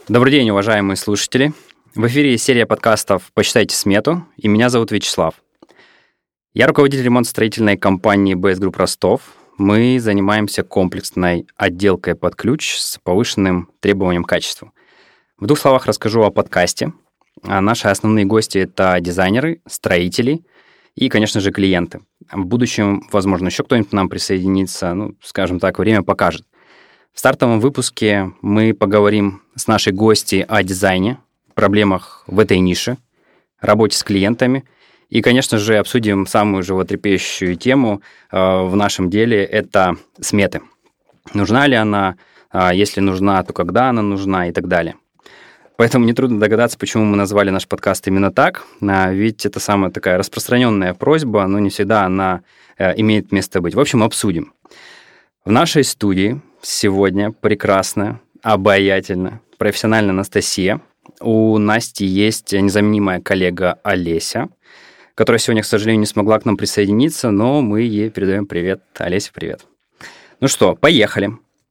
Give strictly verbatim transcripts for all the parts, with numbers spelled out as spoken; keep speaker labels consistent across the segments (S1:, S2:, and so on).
S1: Добрый день, уважаемые слушатели. В эфире серия подкастов «Посчитайте смету», и меня зовут Вячеслав. Я руководитель ремонтно-строительной компании би эс Group Ростов. Мы занимаемся комплексной отделкой под ключ с повышенным требованием к качеству. В двух словах расскажу о подкасте. А наши основные гости – это дизайнеры, строители и, конечно же, клиенты. В будущем, возможно, еще кто-нибудь к нам присоединится, ну, скажем так, время покажет. В стартовом выпуске мы поговорим с нашей гостьей о дизайне, проблемах в этой нише, работе с клиентами и, конечно же, обсудим самую животрепещущую тему э, в нашем деле – это сметы. Нужна ли она, э, если нужна, то когда она нужна и так далее. Поэтому нетрудно догадаться, почему мы назвали наш подкаст именно так, э, ведь это самая такая распространенная просьба, но не всегда она э, имеет место быть. В общем, обсудим. В нашей студии сегодня прекрасная, обаятельная, профессиональная Анастасия. У Насти есть незаменимая коллега Олеся, которая сегодня, к сожалению, не смогла к нам присоединиться, но мы ей передаем привет. Олеся, привет. Ну что, поехали.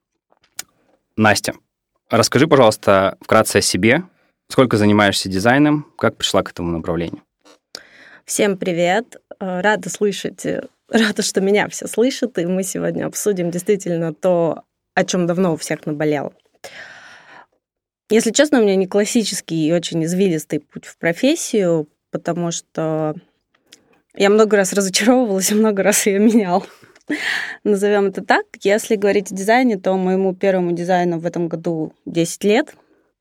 S1: Настя, расскажи, пожалуйста, вкратце о себе. Сколько занимаешься дизайном? Как пришла к этому направлению?
S2: Всем привет. Рада слышать, рада, что меня все слышат, и мы сегодня обсудим действительно то, о чем давно у всех наболело. Если честно, у меня не классический и очень извилистый путь в профессию, потому что я много раз разочаровывалась и много раз ее меняла. Назовем это так. Если говорить о дизайне, то моему первому дизайну в этом году десять лет.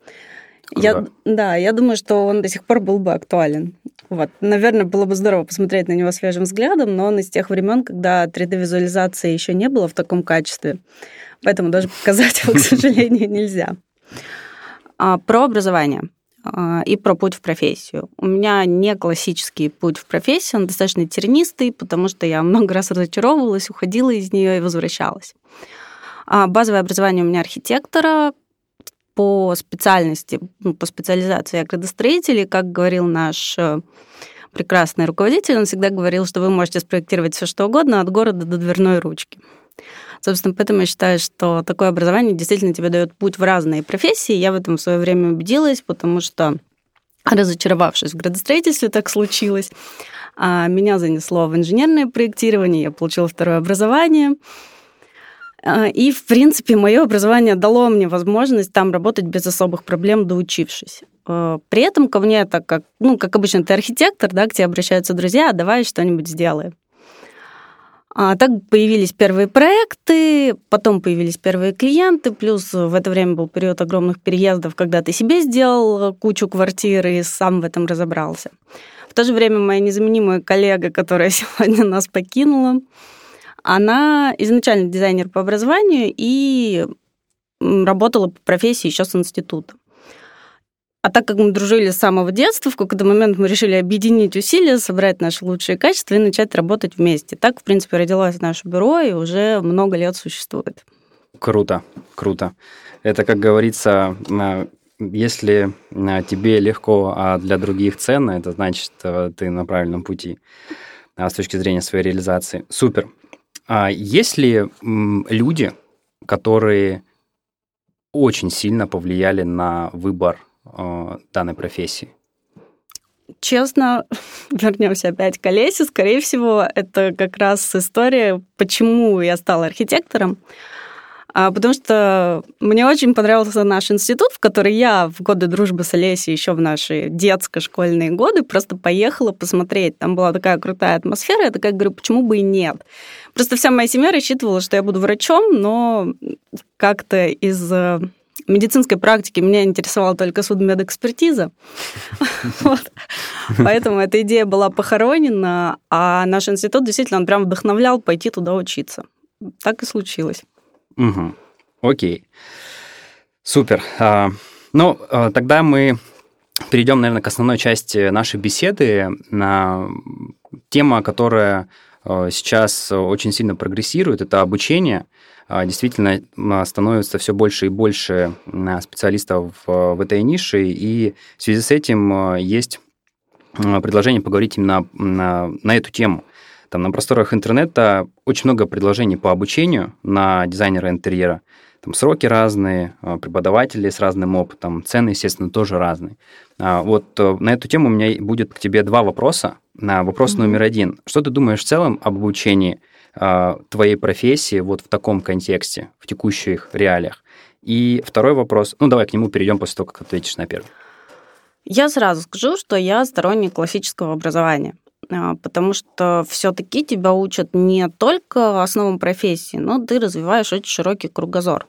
S2: Я, да, я думаю, что он до сих пор был бы актуален. Вот. Наверное, было бы здорово посмотреть на него свежим взглядом, но он из тех времен, когда три дэ-визуализации еще не было в таком качестве, поэтому даже показать его, к сожалению, нельзя. А, про образование а, и про путь в профессию. У меня не классический путь в профессию, он достаточно тернистый, потому что я много раз разочаровывалась, уходила из нее и возвращалась. А, базовое образование у меня архитектора. По специальности, ну, по специализации я градостроитель, и, как говорил наш прекрасный руководитель, он всегда говорил, что вы можете спроектировать все что угодно от города до дверной ручки. Собственно, поэтому я считаю, что такое образование действительно тебе дает путь в разные профессии. Я в этом в свое время убедилась, потому что, разочаровавшись в градостроительстве, так случилось, меня занесло в инженерное проектирование, я получила второе образование. И, в принципе, мое образование дало мне возможность там работать без особых проблем, доучившись. При этом ко мне это как, ну, как обычно, ты архитектор, да, к тебе обращаются друзья, давай что-нибудь сделаем. А так появились первые проекты, потом появились первые клиенты, плюс в это время был период огромных переездов, когда ты себе сделал кучу квартир и сам в этом разобрался. В то же время моя незаменимая коллега, которая сегодня нас покинула, она изначально дизайнер по образованию и работала по профессии еще с института. А так как мы дружили с самого детства, в какой-то момент мы решили объединить усилия, собрать наши лучшие качества и начать работать вместе. Так, в принципе, родилось наше бюро, и уже много лет существует.
S1: Круто, круто. Это, как говорится, если тебе легко, а для других ценно, это значит, ты на правильном пути с точки зрения своей реализации. Супер. А есть ли люди, которые очень сильно повлияли на выбор э, данной профессии?
S2: Честно, вернемся опять к Олесе. Скорее всего, это как раз история, почему я стала архитектором. Потому что мне очень понравился наш институт, в который я в годы дружбы с Олесей еще в наши детско-школьные годы просто поехала посмотреть. Там была такая крутая атмосфера. Я такая говорю, почему бы и нет? Просто вся моя семья рассчитывала, что я буду врачом, но как-то из медицинской практики меня интересовала только судмедэкспертиза. Поэтому эта идея была похоронена, а наш институт действительно он прям вдохновлял пойти туда учиться. Так и случилось.
S1: Угу. Окей. Супер. А, ну, тогда мы перейдем, наверное, к основной части нашей беседы. На тема, которая сейчас очень сильно прогрессирует, это обучение. Действительно, становится все больше и больше специалистов в этой нише, и в связи с этим есть предложение поговорить именно на, на эту тему. Там на просторах интернета очень много предложений по обучению на дизайнера интерьера. там сроки разные, преподаватели с разным опытом, цены, естественно, тоже разные. Вот на эту тему у меня будет к тебе два вопроса. Вопрос mm-hmm. номер один. Что ты думаешь в целом об обучении твоей профессии вот в таком контексте, в текущих реалиях? И второй вопрос, ну давай к нему перейдем после того, как ответишь на первый.
S2: Я сразу скажу, что я сторонник классического образования, потому что все-таки тебя учат не только основам профессии, но ты развиваешь очень широкий кругозор.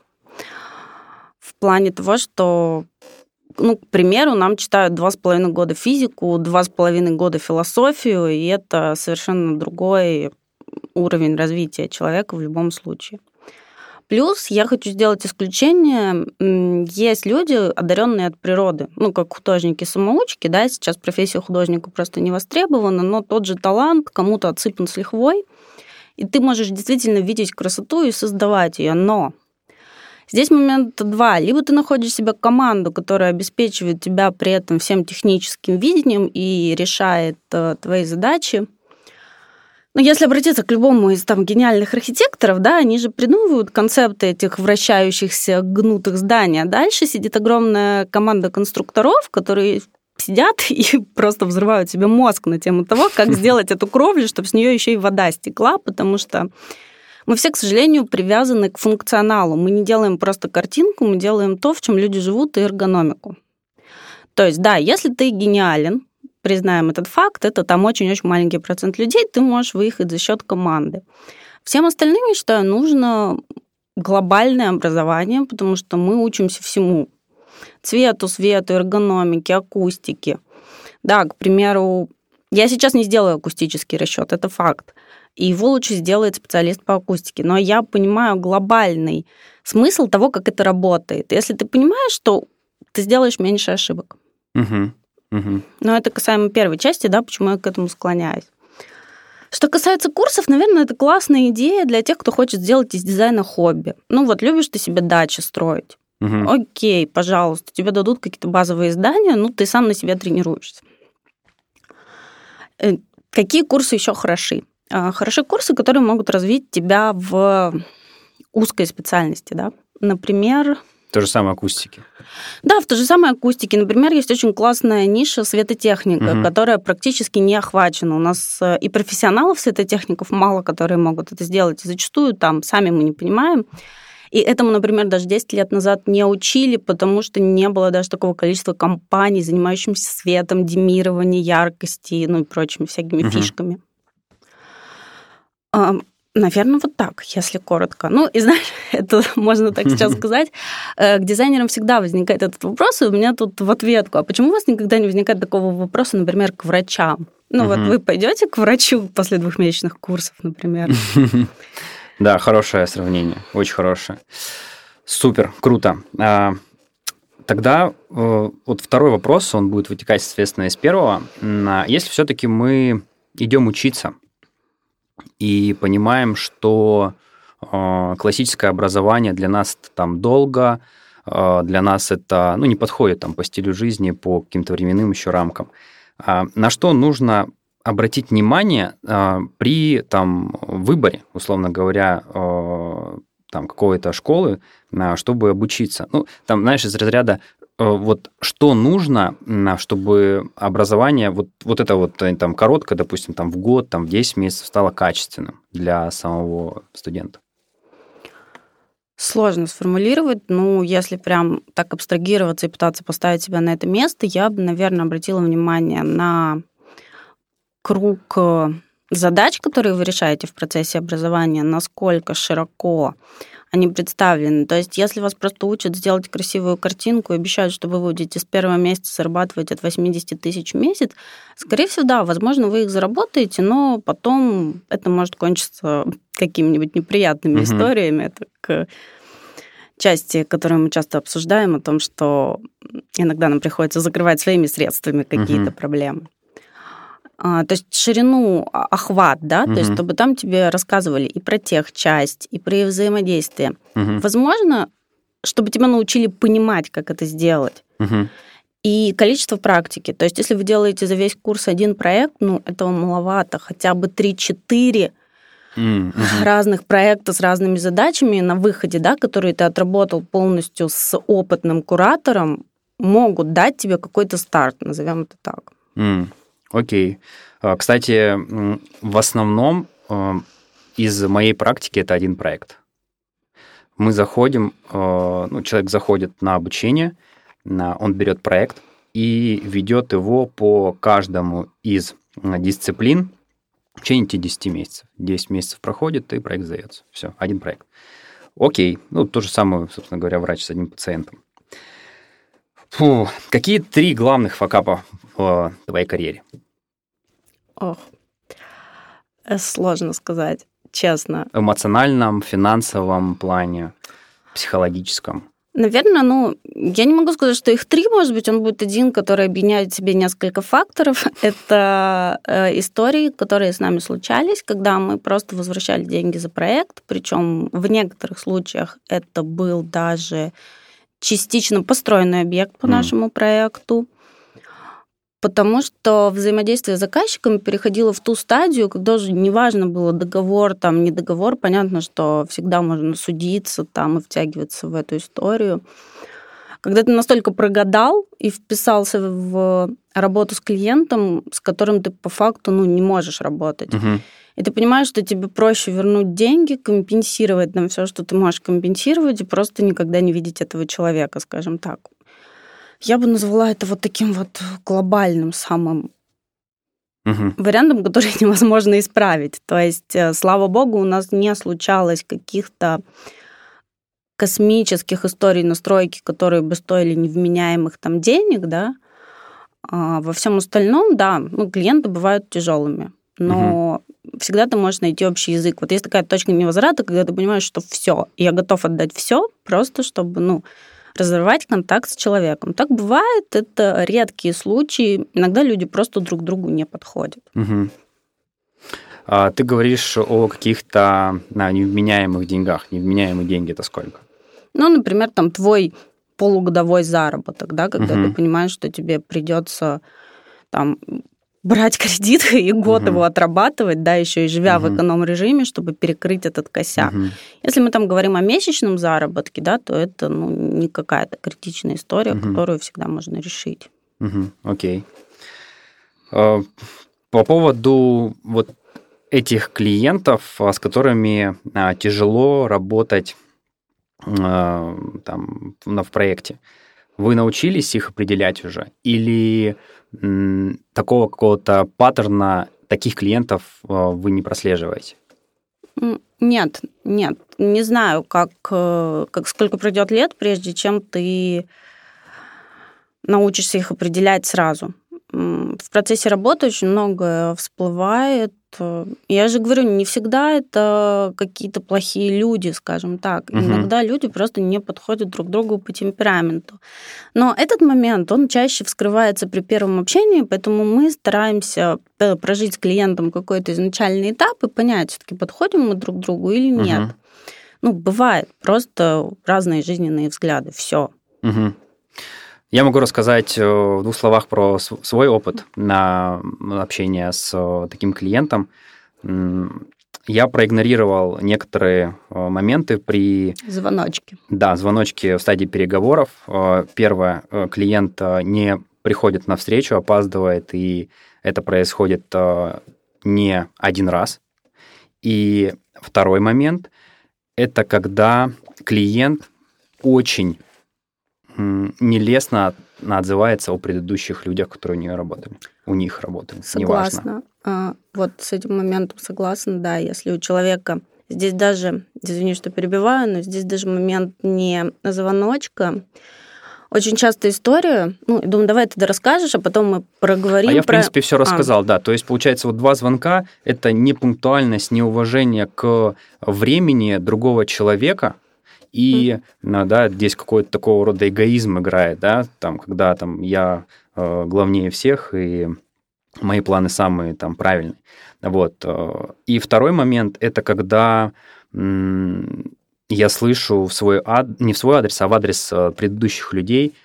S2: В плане того, что, ну, к примеру, нам читают два с половиной года физику, два с половиной года философию, и это совершенно другой уровень развития человека в любом случае. Плюс я хочу сделать исключение. Есть люди, одаренные от природы, ну, как художники-самоучки, да, сейчас профессия художника просто не востребована, но тот же талант кому-то отсыпан с лихвой, и ты можешь действительно видеть красоту и создавать ее. Но здесь момент два. Либо ты находишь себе команду, которая обеспечивает тебя при этом всем техническим видением и решает твои задачи. Но если обратиться к любому из там гениальных архитекторов, да, они же придумывают концепты этих вращающихся гнутых зданий, а дальше сидит огромная команда конструкторов, которые сидят и просто взрывают себе мозг на тему того, как сделать эту кровлю, чтобы с нее еще и вода стекла, потому что мы все, к сожалению, привязаны к функционалу. Мы не делаем просто картинку, мы делаем то, в чем люди живут, и эргономику. То есть, да, если ты гениален, признаем этот факт, это там очень-очень маленький процент людей, ты можешь выехать за счет команды. Всем остальным, я считаю, нужно глобальное образование, потому что мы учимся всему. Цвету, свету, эргономике, акустике. Да, к примеру, я сейчас не сделаю акустический расчет, это факт. И его лучше сделает специалист по акустике. Но я понимаю глобальный смысл того, как это работает. Если ты понимаешь, что ты сделаешь меньше ошибок.
S1: Угу. Угу.
S2: Но это касаемо первой части, да, почему я к этому склоняюсь. Что касается курсов, наверное, это классная идея для тех, кто хочет сделать из дизайна хобби. Ну вот, любишь ты себе дачи строить. Угу. Окей, пожалуйста, тебе дадут какие-то базовые задания, ну ты сам на себя тренируешься. Какие курсы еще хороши? Хороши курсы, которые могут развить тебя в узкой специальности, да. Например...
S1: То же самое акустики.
S2: Да, в той же самой акустике. Например, есть очень классная ниша светотехника, угу. которая практически не охвачена. У нас и профессионалов светотехников мало, которые могут это сделать. И зачастую там сами мы не понимаем. И этому, например, даже десять лет назад не учили, потому что не было даже такого количества компаний, занимающихся светом, демированием, яркости, ну и прочими всякими угу. фишками. Наверное, вот так, если коротко. Ну, и знаешь, это можно так сейчас сказать. К дизайнерам всегда возникает этот вопрос, и у меня тут в ответку. А почему у вас никогда не возникает такого вопроса, например, к врачам? Ну, вот вы пойдете к врачу после двухмесячных курсов, например?
S1: Да, хорошее сравнение, очень хорошее. Супер, круто. Тогда вот второй вопрос, он будет вытекать, соответственно, из первого. Если все-таки мы идем учиться, и понимаем, что э, классическое образование для нас там долго, э, для нас это ну, не подходит там, по стилю жизни, по каким-то временным еще рамкам. А на что нужно обратить внимание э, при там, выборе, условно говоря, э, там, какой-то школы, э, чтобы обучиться? Ну, там, знаешь, из разряда вот что нужно, чтобы образование, вот, вот это вот там короткое, допустим, там в год, там в десять месяцев стало качественным для самого студента?
S2: Сложно сформулировать. Ну, если прям так абстрагироваться и пытаться поставить себя на это место, я бы, наверное, обратила внимание на круг задач, которые вы решаете в процессе образования, насколько широко они представлены. То есть, если вас просто учат сделать красивую картинку и обещают, что вы будете с первого месяца зарабатывать от восемьдесят тысяч в месяц, скорее всего, да, возможно, вы их заработаете, но потом это может кончиться какими-нибудь неприятными mm-hmm. историями. Это к части, которую мы часто обсуждаем, о том, что иногда нам приходится закрывать своими средствами какие-то mm-hmm. проблемы. То есть ширину, охват, да, угу. то есть чтобы там тебе рассказывали и про техчасть, и про взаимодействие. Угу. Возможно, чтобы тебя научили понимать, как это сделать. Угу. И количество практики. То есть если вы делаете за весь курс один проект, ну, этого маловато. Хотя бы три-четыре mm-hmm. разных проектов с разными задачами на выходе, да, которые ты отработал полностью с опытным куратором, могут дать тебе какой-то старт, назовем это так.
S1: Mm. Окей. Кстати, в основном из моей практики это один проект. Мы заходим, ну, человек заходит на обучение, он берет проект и ведет его по каждому из дисциплин в течение десяти месяцев. десять месяцев проходит, и проект сдается. Все, один проект. Окей. Ну, то же самое, собственно говоря, врач с одним пациентом. Фу. Какие три главных факапа в твоей карьере?
S2: Ох, сложно сказать, честно.
S1: В эмоциональном, финансовом плане, психологическом.
S2: Наверное, ну, я не могу сказать, что их три, может быть, он будет один, который объединяет в себе несколько факторов. Это э, истории, которые с нами случались, когда мы просто возвращали деньги за проект, причем в некоторых случаях это был даже частично построенный объект по mm. нашему проекту, потому что взаимодействие с заказчиком переходило в ту стадию, когда уже неважно было договор, там, не договор, понятно, что всегда можно судиться там и втягиваться в эту историю. Когда ты настолько прогадал и вписался в работу с клиентом, с которым ты по факту ну, не можешь работать, uh-huh. и ты понимаешь, что тебе проще вернуть деньги, компенсировать нам все, что ты можешь компенсировать, и просто никогда не видеть этого человека, скажем так. Я бы назвала это вот таким вот глобальным самым uh-huh. вариантом, который невозможно исправить. То есть, слава богу, у нас не случалось каких-то космических историй настройки, которые бы стоили невменяемых там денег, да. А во всем остальном, да, ну, клиенты бывают тяжелыми, но uh-huh. всегда ты можешь найти общий язык. Вот есть такая точка невозврата, когда ты понимаешь, что все, я готов отдать все, просто чтобы, ну, разорвать контакт с человеком. Так бывает, это редкие случаи. Иногда люди просто друг к другу не подходят.
S1: Угу. А ты говоришь о каких-то на, невменяемых деньгах. Невменяемые деньги это сколько?
S2: Ну, например, там твой полугодовой заработок, да, когда угу. ты понимаешь, что тебе придется там брать кредит и год uh-huh. его отрабатывать, да, еще и живя uh-huh. в эконом-режиме, чтобы перекрыть этот косяк. Uh-huh. Если мы там говорим о месячном заработке, да, то это ну, не какая-то критичная история, uh-huh. которую всегда можно решить.
S1: Uh-huh. Окей. Uh, по поводу вот этих клиентов, с которыми uh, тяжело работать uh, там, в проекте, вы научились их определять уже? Или такого какого-то паттерна таких клиентов вы не прослеживаете?
S2: Нет, нет. Не знаю, как, как сколько пройдет лет, прежде чем ты научишься их определять сразу. В процессе работы очень многое всплывает. Я же говорю, не всегда это какие-то плохие люди, скажем так. Uh-huh. Иногда люди просто не подходят друг другу по темпераменту. Но этот момент, он чаще вскрывается при первом общении, поэтому мы стараемся прожить с клиентом какой-то изначальный этап и понять, все-таки подходим мы друг другу или нет. Uh-huh. Ну, бывает, просто разные жизненные взгляды, все.
S1: Uh-huh. Я могу рассказать в двух словах про свой опыт на общение с таким клиентом. Я проигнорировал некоторые моменты при...
S2: Звоночки.
S1: Да, звоночки в стадии переговоров. Первое, клиент не приходит на встречу, опаздывает, и это происходит не один раз. И второй момент – это когда клиент очень нелестно отзывается о предыдущих людях, которые у нее работали. У них работали.
S2: Согласна. Неважно. Вот с этим моментом согласна, да. Если у человека... Здесь даже, извини, что перебиваю, но здесь даже момент не звоночка. Очень часто история... Ну, я думаю, давай ты расскажешь, а потом мы проговорим.
S1: А я, в
S2: про...
S1: принципе, все рассказал, а. да. То есть, получается, вот два звонка – это непунктуальность, неуважение к времени другого человека, и, mm. да, здесь какой-то такого рода эгоизм играет, да, там, когда там я э, главнее всех, и мои планы самые там правильные. Вот. И второй момент – это когда м- я слышу в свой ад... не в свой адрес, а в адрес предыдущих людей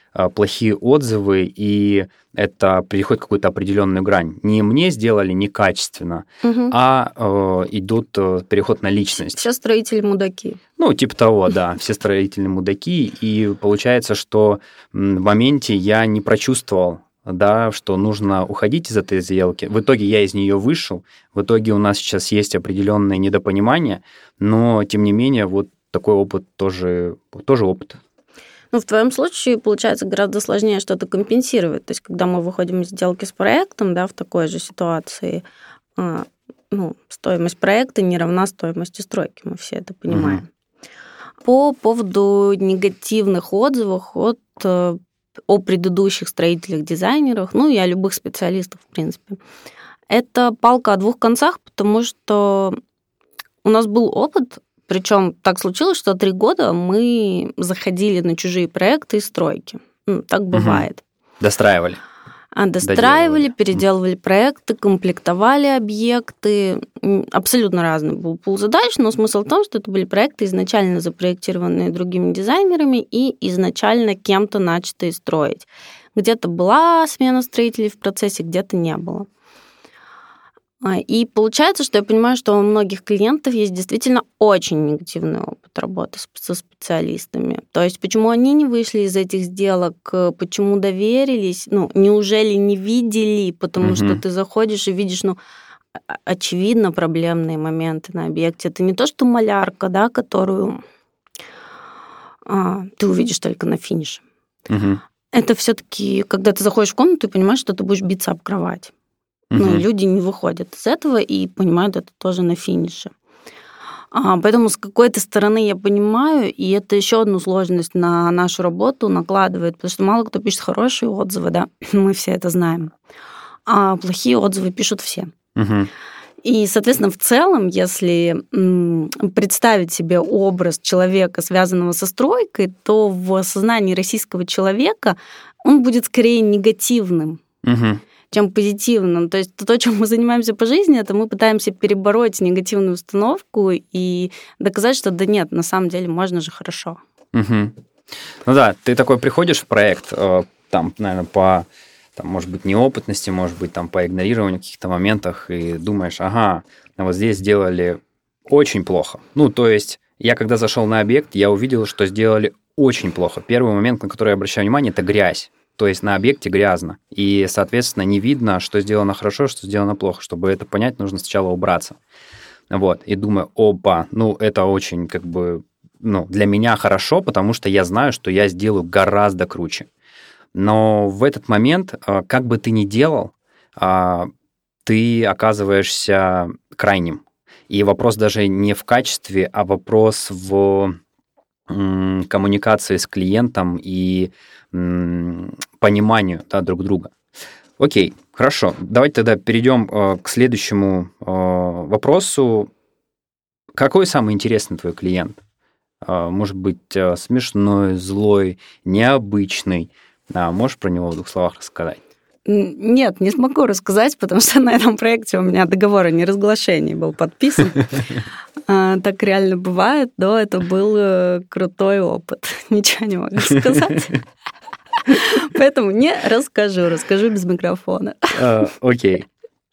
S1: плохие отзывы, и это переходит в какую-то определенную грань. Не мне сделали некачественно, угу. а э, идут переход на личность.
S2: Все строители мудаки.
S1: Ну, типа того, да, все строители мудаки, и получается, что в моменте я не прочувствовал, да, что нужно уходить из этой сделки. В итоге я из нее вышел, в итоге у нас сейчас есть определенное недопонимание, но, тем не менее, вот такой опыт тоже, тоже опыт.
S2: Ну, в твоем случае, получается, гораздо сложнее что-то компенсировать. То есть, когда мы выходим из сделки с проектом, да, в такой же ситуации, ну, стоимость проекта не равна стоимости стройки, мы все это понимаем. Угу. По поводу негативных отзывов от, о предыдущих строителях, дизайнерах, ну, и о любых специалистах, в принципе, это палка о двух концах, потому что у нас был опыт. Причем так случилось, что три года мы заходили на чужие проекты и стройки. Ну, так бывает.
S1: Угу. Достраивали.
S2: А достраивали, переделывали проекты, комплектовали объекты. Абсолютно разный был пул задач, но смысл в том, что это были проекты, изначально запроектированные другими дизайнерами и изначально кем-то начатые строить. Где-то была смена строителей в процессе, где-то не было. И получается, что я понимаю, что у многих клиентов есть действительно очень негативный опыт работы со специалистами. То есть почему они не вышли из этих сделок, почему доверились, ну, неужели не видели, потому mm-hmm. что ты заходишь и видишь, ну, очевидно, проблемные моменты на объекте. Это не то, что малярка, да, которую а, ты увидишь только на финише. Mm-hmm. Это все-таки, когда ты заходишь в комнату и понимаешь, что ты будешь биться об кровать. Ну, uh-huh. люди не выходят из этого и понимают это тоже на финише. А, поэтому с какой-то стороны я понимаю, и это еще одну сложность на нашу работу накладывает, потому что мало кто пишет хорошие отзывы, да, мы все это знаем, а плохие отзывы пишут все. Uh-huh. И, соответственно, в целом, если м, представить себе образ человека, связанного со стройкой, то в сознании российского человека он будет скорее негативным. Uh-huh. чем позитивным. То есть то, чем мы занимаемся по жизни, это мы пытаемся перебороть негативную установку и доказать, что да нет, на самом деле можно же хорошо.
S1: Угу. Ну да, ты такой приходишь в проект, там, наверное, по, там, может быть, неопытности, может быть, там, по игнорированию каких-то моментах, и думаешь, ага, вот здесь сделали очень плохо. Ну, то есть я, когда зашел на объект, я увидел, что сделали очень плохо. Первый момент, на который я обращаю внимание, это грязь. То есть на объекте грязно, и, соответственно, не видно, что сделано хорошо, что сделано плохо. Чтобы это понять, нужно сначала убраться. Вот, и думаю, опа, ну, это очень, как бы, ну, для меня хорошо, потому что я знаю, что я сделаю гораздо круче. Но в этот момент, как бы ты ни делал, ты оказываешься крайним. И вопрос даже не в качестве, а вопрос в коммуникации с клиентом и пониманию, да, друг друга. Окей, хорошо. Давайте тогда перейдем э, к следующему э, вопросу. Какой самый интересный твой клиент? Э, может быть, э, смешной, злой, необычный? А, можешь про него в двух словах рассказать?
S2: Нет, не смогу рассказать, потому что на этом проекте у меня договор о неразглашении был подписан. Так реально бывает, но это был крутой опыт. Ничего не могу сказать. Поэтому не расскажу, расскажу без микрофона.
S1: Окей.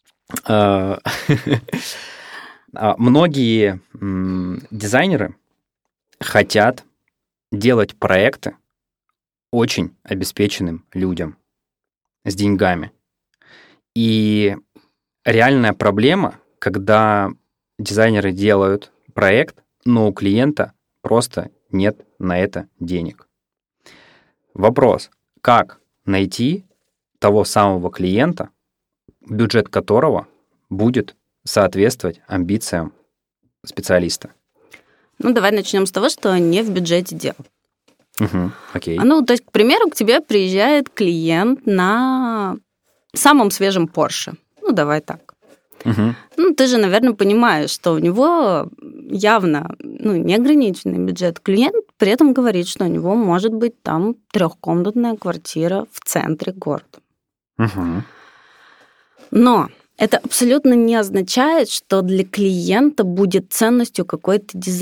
S1: Многие дизайнеры хотят делать проекты очень обеспеченным людям с деньгами. И реальная проблема, когда дизайнеры делают проект, но у клиента просто нет на это денег. Вопрос, как найти того самого клиента, бюджет которого будет соответствовать амбициям специалиста?
S2: Ну, давай начнем с того, что не в бюджете дело.
S1: Угу, окей.
S2: Ну, то есть, к примеру, к тебе приезжает клиент на самом свежем Porsche. Ну, давай так.
S1: Угу.
S2: Ну, ты же, наверное, понимаешь, что у него явно ну, неограниченный бюджет. Клиент при этом говорит, что у него может быть там трехкомнатная квартира в центре города.
S1: Угу.
S2: Но это абсолютно не означает, что для клиента будет ценностью какой-то дизайн.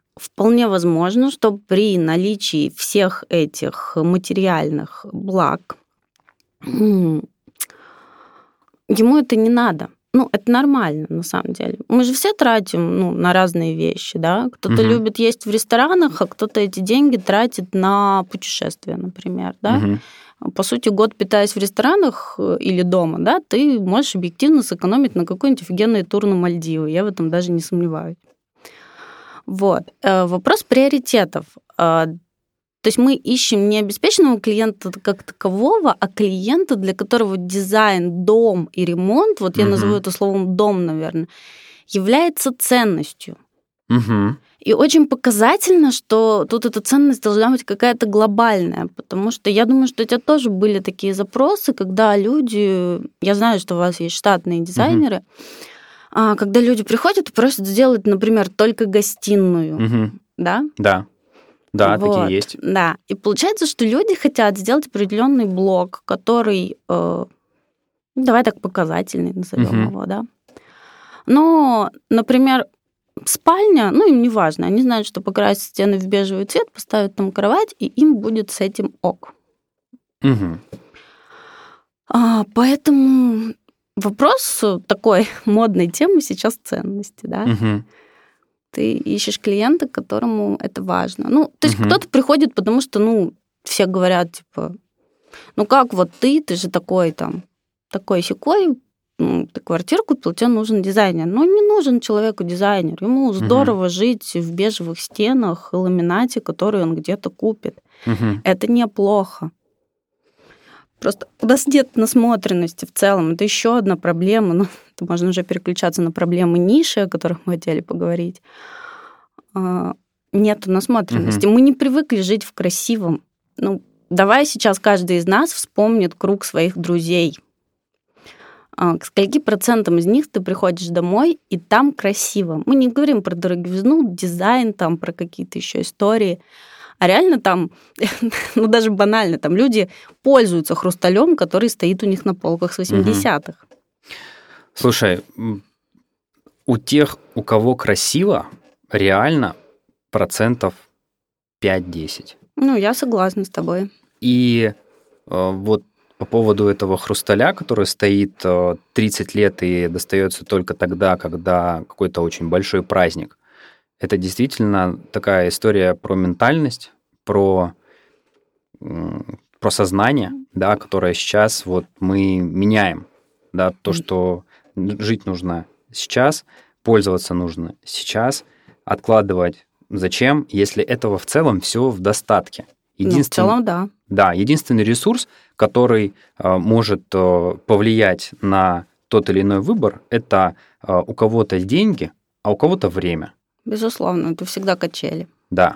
S2: вполне возможно, что при наличии всех этих материальных благ ему это не надо. Ну, это нормально, на самом деле. Мы же все тратим ну, на разные вещи, да? Кто-то угу. любит есть в ресторанах, а кто-то эти деньги тратит на путешествия, например, да? Угу. По сути, год питаясь в ресторанах или дома, да, ты можешь объективно сэкономить на какой-нибудь офигенный тур на Мальдивы. Я в этом даже не сомневаюсь. Вот. Вопрос приоритетов. То есть мы ищем не обеспеченного клиента как такового, а клиента, для которого дизайн, дом и ремонт, вот я угу. назову это словом «дом», наверное, является ценностью.
S1: Угу.
S2: И очень показательно, что тут эта ценность должна быть какая-то глобальная, потому что я думаю, что у тебя тоже были такие запросы, когда люди... Я знаю, что у вас есть штатные дизайнеры, угу. когда люди приходят и просят сделать, например, только гостиную,
S1: угу.
S2: да?
S1: Да. Да,
S2: вот,
S1: такие есть.
S2: Да. И получается, что люди хотят сделать определенный блок, который, э, давай так, показательный назовем uh-huh. его, да. Но, например, спальня, ну, им не важно, они знают, что покрасят стены в бежевый цвет, поставят там кровать, и им будет с этим ок.
S1: Uh-huh.
S2: А, поэтому вопрос такой модной темы сейчас ценности, да.
S1: Uh-huh.
S2: Ты ищешь клиента, которому это важно. Ну, то есть
S1: угу.
S2: кто-то приходит, потому что, ну, все говорят, типа, ну как вот ты, ты же такой там, такой-сякой, ну, ты квартиру купил, тебе нужен дизайнер. Ну, не нужен человеку дизайнер. Ему здорово угу. жить в бежевых стенах и ламинате, который он где-то купит.
S1: Угу.
S2: Это неплохо. Просто у нас нет насмотренности в целом. Это еще одна проблема. Ну, это можно уже переключаться на проблемы ниши, о которых мы хотели поговорить. Нет насмотренности. Угу. Мы не привыкли жить в красивом. Ну, давай сейчас каждый из нас вспомнит круг своих друзей. К скольки процентам из них ты приходишь домой, и там красиво. Мы не говорим про дороговизну, дизайн, там, про какие-то еще истории. А реально там, ну даже банально, там люди пользуются хрусталем, который стоит у них на полках с восьмидесятых.
S1: Слушай, у тех, у кого красиво, реально процентов пять-десять.
S2: Ну, я согласна с тобой.
S1: И э, вот по поводу этого хрусталя, который стоит тридцать лет и достается только тогда, когда какой-то очень большой праздник. Это действительно такая история про ментальность, про, про сознание, да, которое сейчас вот мы меняем. Да, то, что жить нужно сейчас, пользоваться нужно сейчас, откладывать зачем, если этого в целом все в достатке.
S2: Ну, в целом, да.
S1: Да, единственный ресурс, который э, может э, повлиять на тот или иной выбор, это э, у кого-то деньги, а у кого-то время.
S2: Безусловно, это всегда качели.
S1: Да.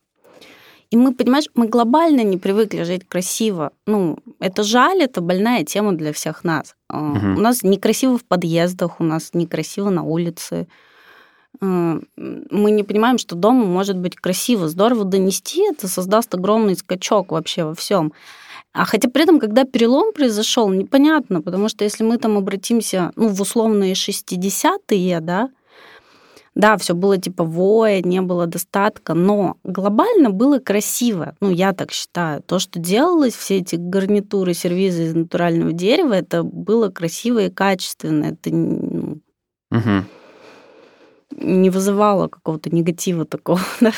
S2: И мы, понимаешь, мы глобально не привыкли жить красиво. Ну, это жаль, это больная тема для всех нас. Угу. У нас некрасиво в подъездах, у нас некрасиво на улице. Мы не понимаем, что дома может быть красиво. Здорово донести, это создаст огромный скачок вообще во всем. А хотя при этом, когда перелом произошел, непонятно, потому что если мы там обратимся ну, в условные шестидесятые, да, да, все было типа воя, не было достатка, но глобально было красиво. Ну, я так считаю. То, что делалось, все эти гарнитуры, сервизы из натурального дерева, это было красиво и качественно. Это ну,
S1: угу.
S2: не вызывало какого-то негатива такого, да?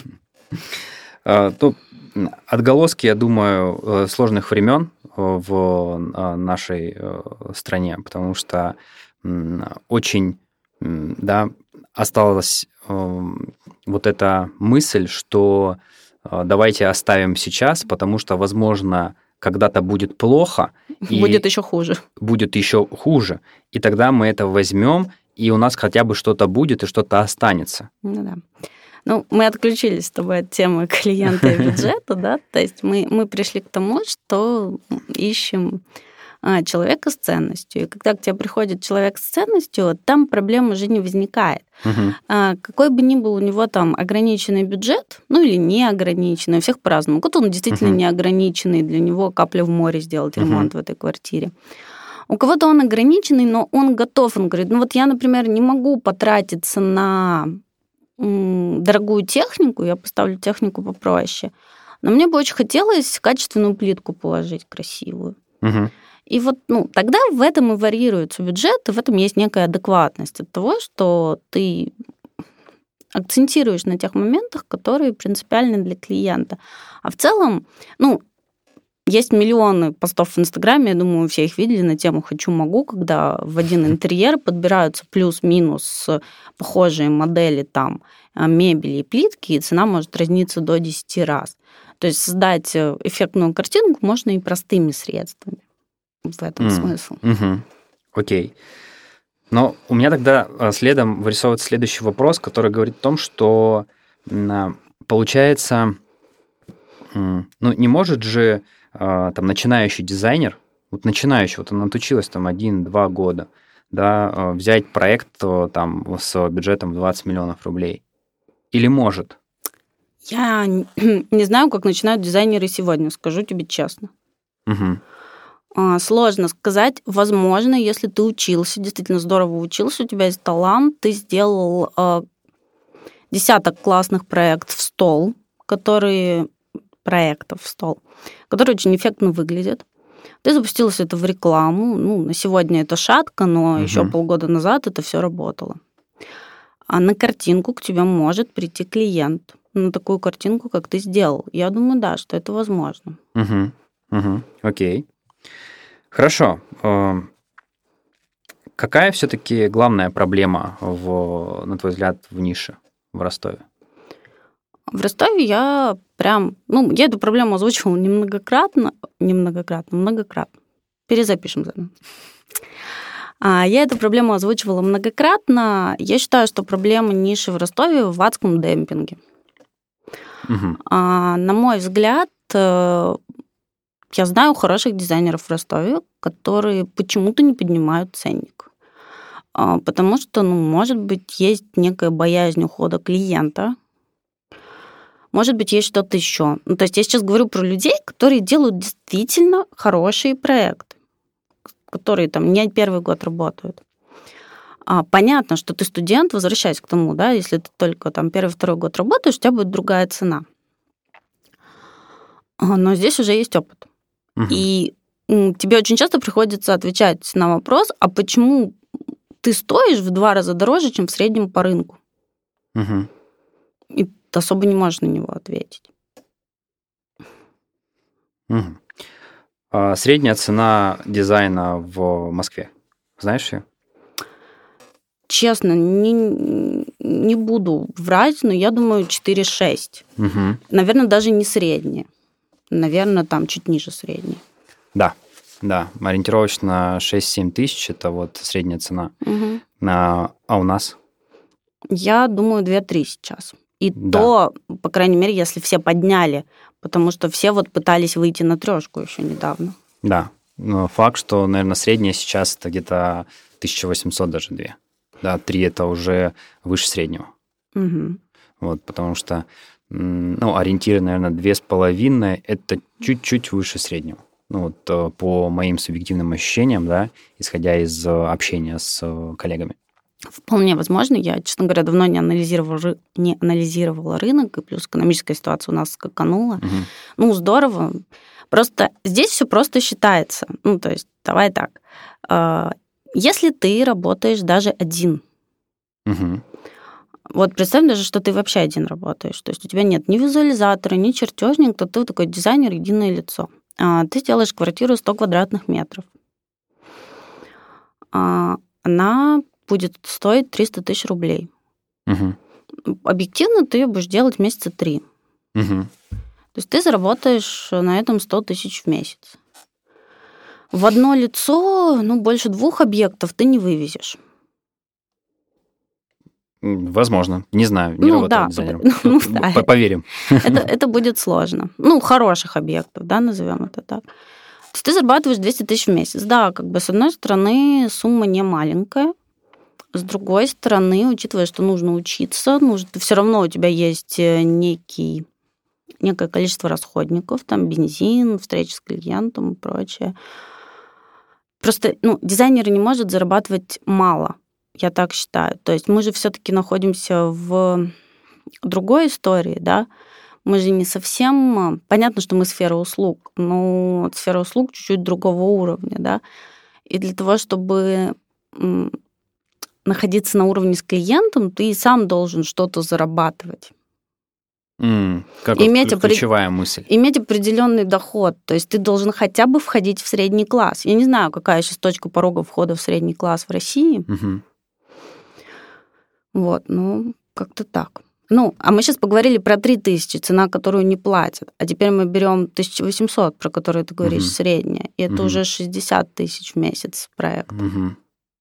S1: То отголоски, я думаю, сложных времен в нашей стране, потому что очень, да, осталась вот эта мысль, что давайте оставим сейчас, потому что, возможно, когда-то будет плохо.
S2: Будет еще хуже.
S1: Будет еще хуже. И тогда мы это возьмем, и у нас хотя бы что-то будет, и что-то останется.
S2: Ну да. Ну, мы отключились с тобой от темы клиента и бюджета, да, то есть мы, мы пришли к тому, что ищем человека с ценностью. И когда к тебе приходит человек с ценностью, там проблем уже не возникает.
S1: Угу.
S2: Какой бы ни был у него там ограниченный бюджет, ну или неограниченный, у всех по-разному. Кто-то он действительно угу. неограниченный, для него капля в море сделать ремонт угу. в этой квартире. У кого-то он ограниченный, но он готов. Он говорит, ну вот я, например, не могу потратиться на дорогую технику, я поставлю технику попроще, но мне бы очень хотелось качественную плитку положить, красивую.
S1: Угу.
S2: И вот ну, тогда в этом и варьируется бюджет, и в этом есть некая адекватность от того, что ты акцентируешь на тех моментах, которые принципиальны для клиента. А в целом, ну, есть миллионы постов в Инстаграме, я думаю, все их видели на тему «хочу-могу», когда в один интерьер подбираются плюс-минус похожие модели там мебели и плитки, и цена может разниться до десяти раз. То есть создать эффектную картинку можно и простыми средствами. В этом mm. смысл.
S1: Mm-hmm. Окей. Но у меня тогда следом вырисовывается следующий вопрос, который говорит о том, что получается, ну, не может же там начинающий дизайнер, вот начинающий, вот он отучилась там один-два года, да, взять проект там с бюджетом двадцать миллионов рублей. Или может?
S2: Я не знаю, как начинают дизайнеры сегодня, скажу тебе честно.
S1: Угу.
S2: Сложно сказать. Возможно, если ты учился, действительно здорово учился, у тебя есть талант, ты сделал э, десяток классных проектов в стол, которые проектов в стол, которые очень эффектно выглядят. Ты запустился это в рекламу. Ну, на сегодня это шатко, но угу. еще полгода назад это все работало. А на картинку к тебе может прийти клиент. На такую картинку, как ты сделал. Я думаю, да, что это возможно.
S1: Угу. Угу. Окей. Хорошо. Какая все-таки главная проблема, в, на твой взгляд, в нише в Ростове?
S2: В Ростове я прям... Ну, я эту проблему озвучивала немногократно. Немногократно, многократно. Перезапишем заново. Я эту проблему озвучивала многократно. Я считаю, что проблема ниши в Ростове в адском демпинге. Угу. На мой взгляд, я знаю хороших дизайнеров в Ростове, которые почему-то не поднимают ценник. Потому что, ну, может быть, есть некая боязнь ухода клиента. Может быть, есть что-то еще. Ну, то есть я сейчас говорю про людей, которые делают действительно хорошие проекты, которые там не первый год работают. Понятно, что ты студент, возвращаясь к тому, да, если ты только там первый-второй год работаешь, у тебя будет другая цена. Но здесь уже есть опыт. Угу. И тебе очень часто приходится отвечать на вопрос, а почему ты стоишь в два раза дороже, чем в среднем по рынку?
S1: Угу.
S2: И ты особо не можешь на него ответить.
S1: Угу. А средняя цена дизайна в Москве, знаешь ее?
S2: Честно, не, не буду врать, но я думаю четыре шесть.
S1: Угу.
S2: Наверное, даже не средняя. Наверное, там чуть ниже средней.
S1: Да, да. Ориентировочно шесть-семь тысяч – это вот средняя цена.
S2: Угу.
S1: А, а у нас?
S2: Я думаю, две-три сейчас. И
S1: да.
S2: то, по крайней мере, если все подняли, потому что все вот пытались выйти на трешку еще недавно.
S1: Да. Но факт, что, наверное, средняя сейчас это где-то тысяча восемьсот даже две. Да, три – это уже выше среднего.
S2: Угу.
S1: Вот, потому что, ну, ориентиры, наверное, две с половиной – это чуть-чуть выше среднего. Ну, вот по моим субъективным ощущениям, да, исходя из общения с коллегами.
S2: Вполне возможно. Я, честно говоря, давно не анализировала, не анализировала рынок, и плюс экономическая ситуация у нас скаканула.
S1: Угу.
S2: Ну, здорово. Просто здесь все просто считается. Ну, то есть, давай так. Если ты работаешь даже один,
S1: угу.
S2: вот представь даже, что ты вообще один работаешь. То есть у тебя нет ни визуализатора, ни чертежника, ты такой дизайнер, единое лицо. Ты делаешь квартиру сто квадратных метров. Она будет стоить триста тысяч рублей.
S1: Угу.
S2: Объективно ты ее будешь делать месяца три.
S1: Угу.
S2: То есть ты заработаешь на этом сто тысяч в месяц. В одно лицо, ну, больше двух объектов ты не вывезешь.
S1: Возможно. Не знаю, не
S2: ну,
S1: работаю
S2: да,
S1: дизайнером.
S2: Ну, да.
S1: Поверим.
S2: Это, это будет сложно. Ну, хороших объектов, да, назовем это так. То есть ты зарабатываешь двести тысяч в месяц. Да, как бы с одной стороны сумма не маленькая, с другой стороны, учитывая, что нужно учиться, нужно, все равно у тебя есть некий, некое количество расходников, там бензин, встречи с клиентом и прочее. Просто, ну, дизайнер не может зарабатывать мало, я так считаю. То есть мы же все-таки находимся в другой истории, да. Мы же не совсем... Понятно, что мы сфера услуг, но сфера услуг чуть-чуть другого уровня, да. И для того, чтобы находиться на уровне с клиентом, ты и сам должен что-то зарабатывать.
S1: Mm, как иметь вот ключевая опред... мысль.
S2: Иметь определенный доход. То есть ты должен хотя бы входить в средний класс. Я не знаю, какая сейчас точка порога входа в средний класс в России.
S1: Mm-hmm.
S2: Вот, ну, как-то так. Ну, а мы сейчас поговорили про три тысячи, цена, которую не платят. А теперь мы берем тысяча восемьсот, про которую ты говоришь, mm-hmm. средняя. И это mm-hmm. уже шестьдесят тысяч в месяц проект.
S1: Mm-hmm.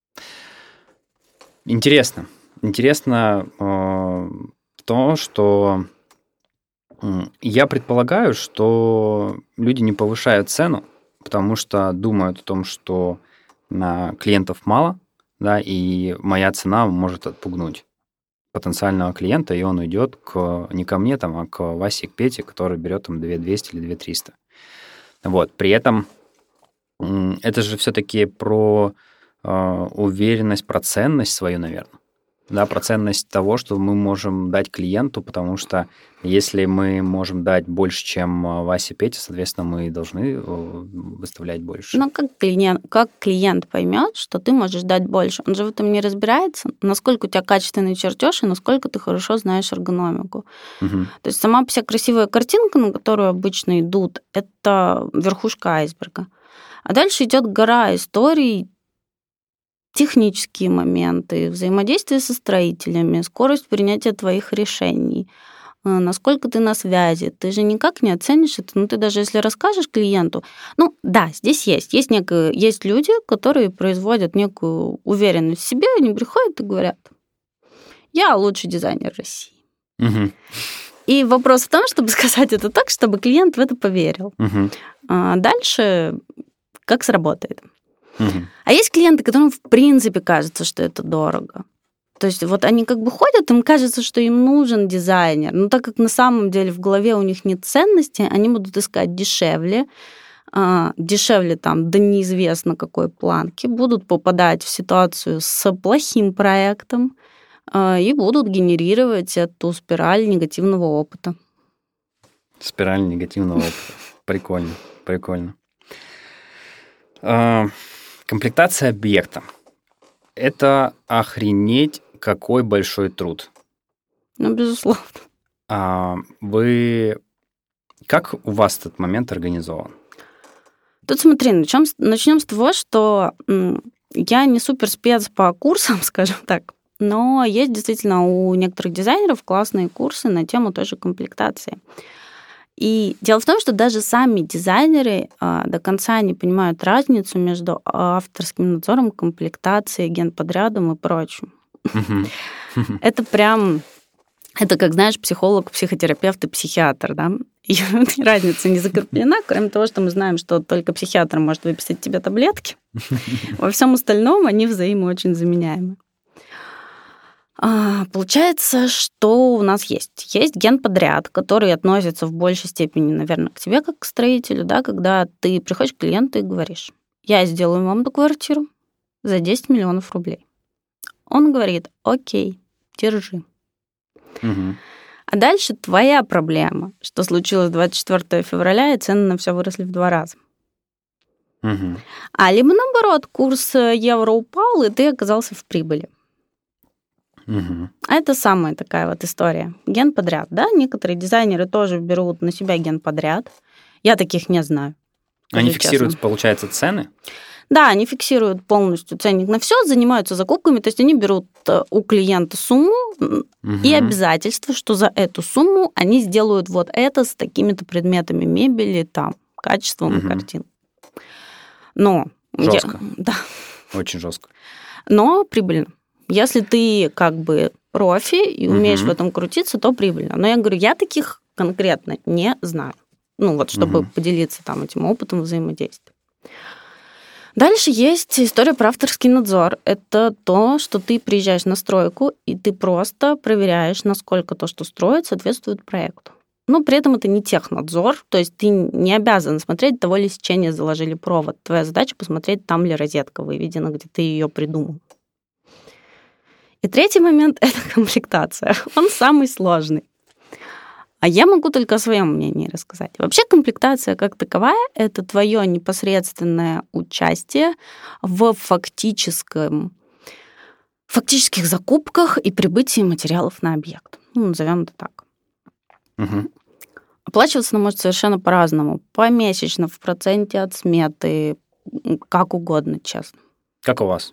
S1: Интересно. Интересно э, то, что э, я предполагаю, что люди не повышают цену, потому что думают о том, что на клиентов мало, да, и моя цена может отпугнуть потенциального клиента, и он уйдет к, не ко мне, там, а к Васе, к Пете, который берет там две тысячи двести или две тысячи триста. Вот. При этом э, это же все-таки про э, уверенность, про ценность свою, наверное. Да, про ценность того, что мы можем дать клиенту, потому что если мы можем дать больше, чем Вася, Петя, соответственно, мы должны выставлять больше.
S2: Но как клиент, как клиент поймет, что ты можешь дать больше? Он же в этом не разбирается, насколько у тебя качественный чертеж и насколько ты хорошо знаешь эргономику.
S1: Угу.
S2: То есть сама вся красивая картинка, на которую обычно идут, это верхушка айсберга. А дальше идет гора историй, технические моменты, взаимодействие со строителями, скорость принятия твоих решений, насколько ты на связи. Ты же никак не оценишь это. Ну, ты даже если расскажешь клиенту... Ну, да, здесь есть. Есть, некое, есть люди, которые производят некую уверенность в себе, они приходят и говорят, я лучший дизайнер России.
S1: Угу.
S2: И вопрос в том, чтобы сказать это так, чтобы клиент в это поверил.
S1: Угу.
S2: А дальше как сработает.
S1: Угу.
S2: А есть клиенты, которым в принципе кажется, что это дорого. То есть вот они как бы ходят, им кажется, что им нужен дизайнер. Но так как на самом деле в голове у них нет ценности, они будут искать дешевле, дешевле там до неизвестно какой планки, будут попадать в ситуацию с плохим проектом и будут генерировать эту спираль негативного опыта.
S1: Спираль негативного опыта. Прикольно, прикольно. Комплектация объекта. Это охренеть какой большой труд.
S2: Ну, безусловно.
S1: А вы... Как у вас этот момент организован?
S2: Тут смотри, начнем, начнем с того, что я не супер спец по курсам, скажем так, но есть действительно у некоторых дизайнеров классные курсы на тему той же комплектации. И дело в том, что даже сами дизайнеры а, до конца не понимают разницу между авторским надзором, комплектацией, генподрядом и прочим. Это прям... Это, как знаешь, психолог, психотерапевт и психиатр, да? И разница не закреплена, кроме того, что мы знаем, что только психиатр может выписать тебе таблетки. Во всем остальном они взаимо очень заменяемы. Получается, что у нас есть? Есть генподряд, который относится в большей степени, наверное, к тебе, как к строителю, да, когда ты приходишь к клиенту и говоришь, я сделаю вам эту квартиру за десять миллионов рублей. Он говорит, окей, держи.
S1: Угу.
S2: А дальше твоя проблема, что случилось двадцать четвёртого февраля, и цены на все выросли в два раза.
S1: Угу.
S2: А либо наоборот, курс евро упал, и ты оказался в прибыли.
S1: Угу.
S2: А это самая такая вот история. Генподряд, да? Некоторые дизайнеры тоже берут на себя генподряд. Я таких не знаю.
S1: Они фиксируют, честно. Получается, цены?
S2: Да, они фиксируют полностью ценник на все, занимаются закупками, то есть они берут у клиента сумму угу. и обязательство, что за эту сумму они сделают вот это с такими-то предметами мебели, там, качеством угу. картин. Но...
S1: Жестко.
S2: Я, да.
S1: Очень жестко.
S2: Но прибыльно. Если ты как бы профи и умеешь угу. в этом крутиться, то прибыльно. Но я говорю, я таких конкретно не знаю. Ну вот, чтобы угу. поделиться там этим опытом взаимодействия. Дальше есть история про авторский надзор. Это то, что ты приезжаешь на стройку, и ты просто проверяешь, насколько то, что строят, соответствует проекту. Но при этом это не технадзор, то есть ты не обязан смотреть, того ли сечения заложили провод. Твоя задача посмотреть, там ли розетка выведена, где ты ее придумал. И третий момент – это комплектация. Он самый сложный. А я могу только о своем мнении рассказать. Вообще комплектация как таковая – это твое непосредственное участие в фактическом, фактических закупках и прибытии материалов на объект. Ну, назовем это так.
S1: Угу.
S2: Оплачиваться она может совершенно по-разному. Помесячно, в проценте от сметы, как угодно, честно.
S1: Как у вас?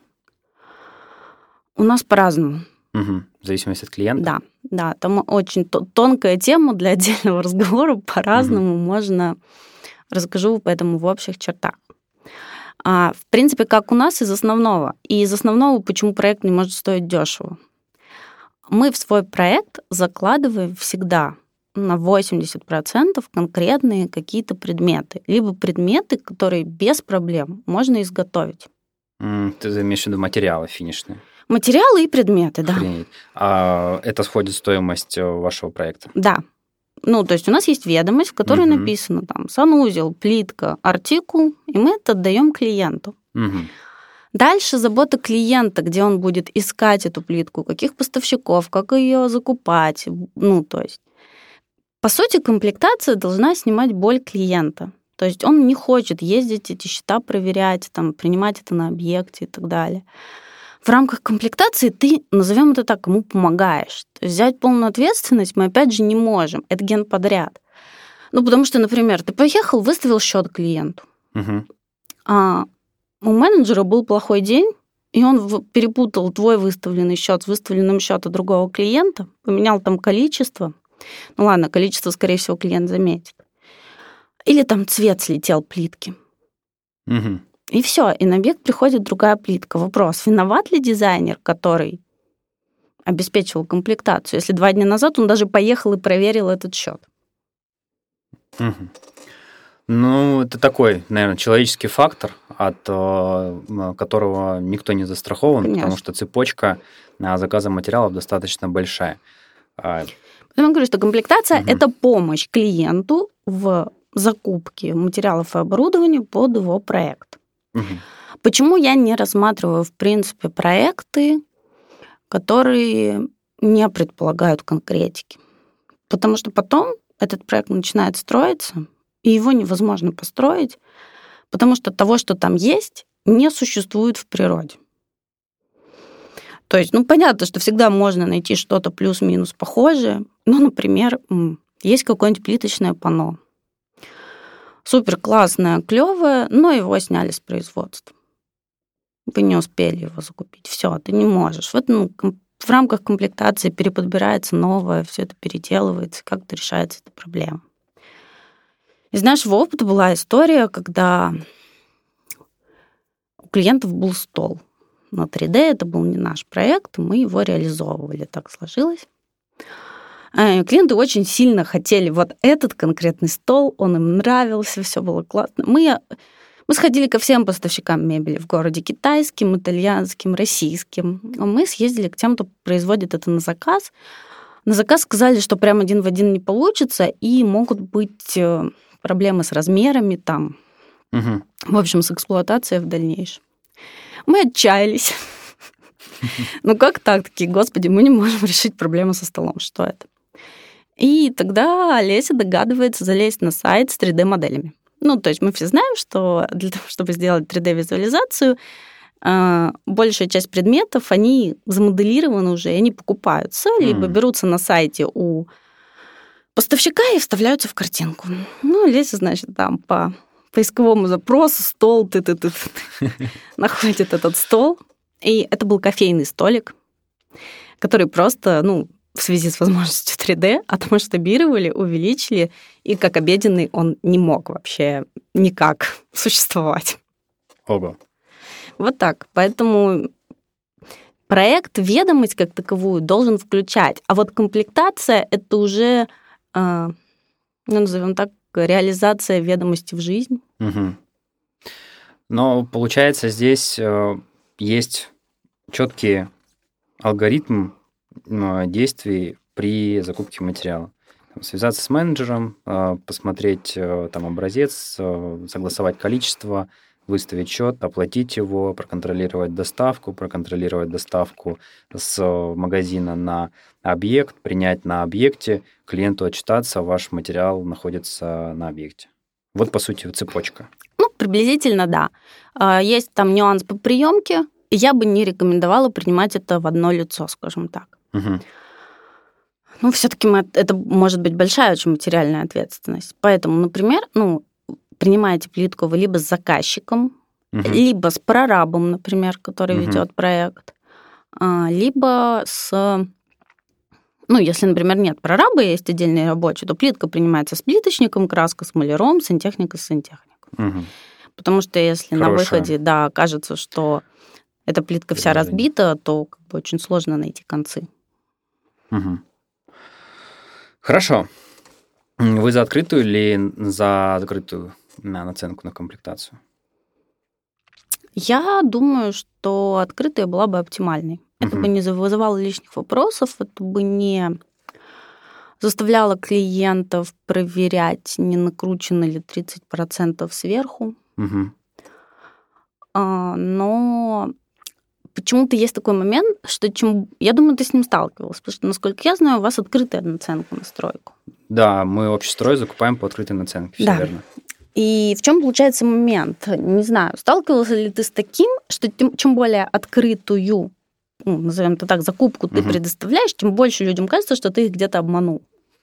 S2: У нас по-разному.
S1: Угу. В зависимости от клиента?
S2: Да, да. Там очень тонкая тема для отдельного разговора. По-разному угу. можно... Расскажу поэтому в общих чертах. А, в принципе, как у нас из основного. И из основного, почему проект не может стоить дешево. Мы в свой проект закладываем всегда на восемьдесят процентов конкретные какие-то предметы. Либо предметы, которые без проблем можно изготовить.
S1: Mm, ты имеешь в виду материалы финишные?
S2: Материалы и предметы, да.
S1: Охренеть. А это входит в стоимость вашего проекта?
S2: Да. Ну, то есть у нас есть ведомость, в которой uh-huh. написано там санузел, плитка, артикул, и мы это отдаем клиенту.
S1: Uh-huh.
S2: Дальше забота клиента, где он будет искать эту плитку, каких поставщиков, как ее закупать. Ну, то есть, по сути, комплектация должна снимать боль клиента. То есть он не хочет ездить эти счета проверять, там, принимать это на объекте и так далее. В рамках комплектации ты, назовем это так, ему помогаешь. То есть взять полную ответственность мы, опять же, не можем. Это генподряд. Ну, потому что, например, ты поехал, выставил счет клиенту.
S1: Uh-huh.
S2: А у менеджера был плохой день, и он перепутал твой выставленный счет с выставленным счетом другого клиента, поменял там количество. Ну ладно, количество, скорее всего, клиент заметит. Или там цвет слетел плитки.
S1: Uh-huh.
S2: И все, и на объект приходит другая плитка. Вопрос, виноват ли дизайнер, который обеспечивал комплектацию, если два дня назад он даже поехал и проверил этот счет?
S1: Угу. Ну, это такой, наверное, человеческий фактор, от которого никто не застрахован, Конечно. Потому что цепочка заказа материалов достаточно большая.
S2: Я говорю, что комплектация угу. – это помощь клиенту в закупке материалов и оборудования под его проект.
S1: Угу.
S2: Почему я не рассматриваю, в принципе, проекты, которые не предполагают конкретики? Потому что потом этот проект начинает строиться, и его невозможно построить, потому что того, что там есть, не существует в природе. То есть, ну, понятно, что всегда можно найти что-то плюс-минус похожее. Ну, например, есть какое-нибудь плиточное панно. Супер классное, клевое, но его сняли с производства. Вы не успели его закупить. Все, ты не можешь. Вот, ну, в рамках комплектации переподбирается новое, все это переделывается, как-то решается эта проблема. Из нашего опыта была история, когда у клиентов был стол на три дэ, это был не наш проект, мы его реализовывали, так сложилось. Клиенты очень сильно хотели вот этот конкретный стол, он им нравился, все было классно. Мы, мы сходили ко всем поставщикам мебели в городе, китайским, итальянским, российским. Мы съездили к тем, кто производит это на заказ. На заказ сказали, что прям один в один не получится, и могут быть проблемы с размерами там,
S1: угу.
S2: в общем, с эксплуатацией в дальнейшем. Мы отчаялись. Ну как так? Такие, господи, мы не можем решить проблему со столом. Что это? И тогда Олеся догадывается залезть на сайт с три дэ-моделями. Ну, то есть мы все знаем, что для того, чтобы сделать три дэ-визуализацию, большая часть предметов, они замоделированы уже, и они покупаются, mm. либо берутся на сайте у поставщика и вставляются в картинку. Ну, Олеся, значит, там по поисковому запросу стол, ты-ты-ты, находит этот стол. И это был кофейный столик, который просто, ну, в связи с возможностью три дэ отмасштабировали, увеличили, и как обеденный он не мог вообще никак существовать.
S1: Ого. Вот
S2: так. Поэтому проект, ведомость как таковую должен включать. А вот комплектация – это уже, ну, назовем так, реализация ведомости в жизнь.
S1: Угу. Но получается, здесь есть четкий алгоритм действий при закупке материала. Связаться с менеджером, посмотреть там образец, согласовать количество, выставить счет, оплатить его, проконтролировать доставку, проконтролировать доставку с магазина на объект, принять на объекте, клиенту отчитаться, ваш материал находится на объекте. Вот, по сути, цепочка.
S2: Ну, приблизительно, да. Есть там нюанс по приемке. Я бы не рекомендовала принимать это в одно лицо, скажем так.
S1: Угу.
S2: Ну, все-таки это может быть большая очень материальная ответственность. Поэтому, например, ну, принимаете плитку вы либо с заказчиком, угу. либо с прорабом, например, который угу. ведет проект, либо с... Ну, если, например, нет прораба, есть отдельный рабочий, то плитка принимается с плиточником, краска с маляром, сантехника с сантехником.
S1: Угу.
S2: Потому что если Хорошая. на выходе, да, окажется, что эта плитка вся разбита, то как бы очень сложно найти концы.
S1: Угу. Хорошо. Вы за открытую или за закрытую на наценку на комплектацию?
S2: Я думаю, что открытая была бы оптимальной. Это угу. бы не вызывало лишних вопросов, это бы не заставляло клиентов проверять, не накручено ли тридцать процентов сверху.
S1: Угу.
S2: А, но почему-то есть такой момент, что чем... Я думаю, ты с ним сталкивалась, потому что, насколько я знаю, у вас открытая наценка на стройку.
S1: Да, мы общестрой закупаем по открытой наценке, все
S2: да.
S1: верно.
S2: И в чем получается момент? Не знаю, сталкивался ли ты с таким, что тем, чем более открытую, ну, назовем это так, закупку ты угу. предоставляешь, тем больше людям кажется, что ты их где-то обманул.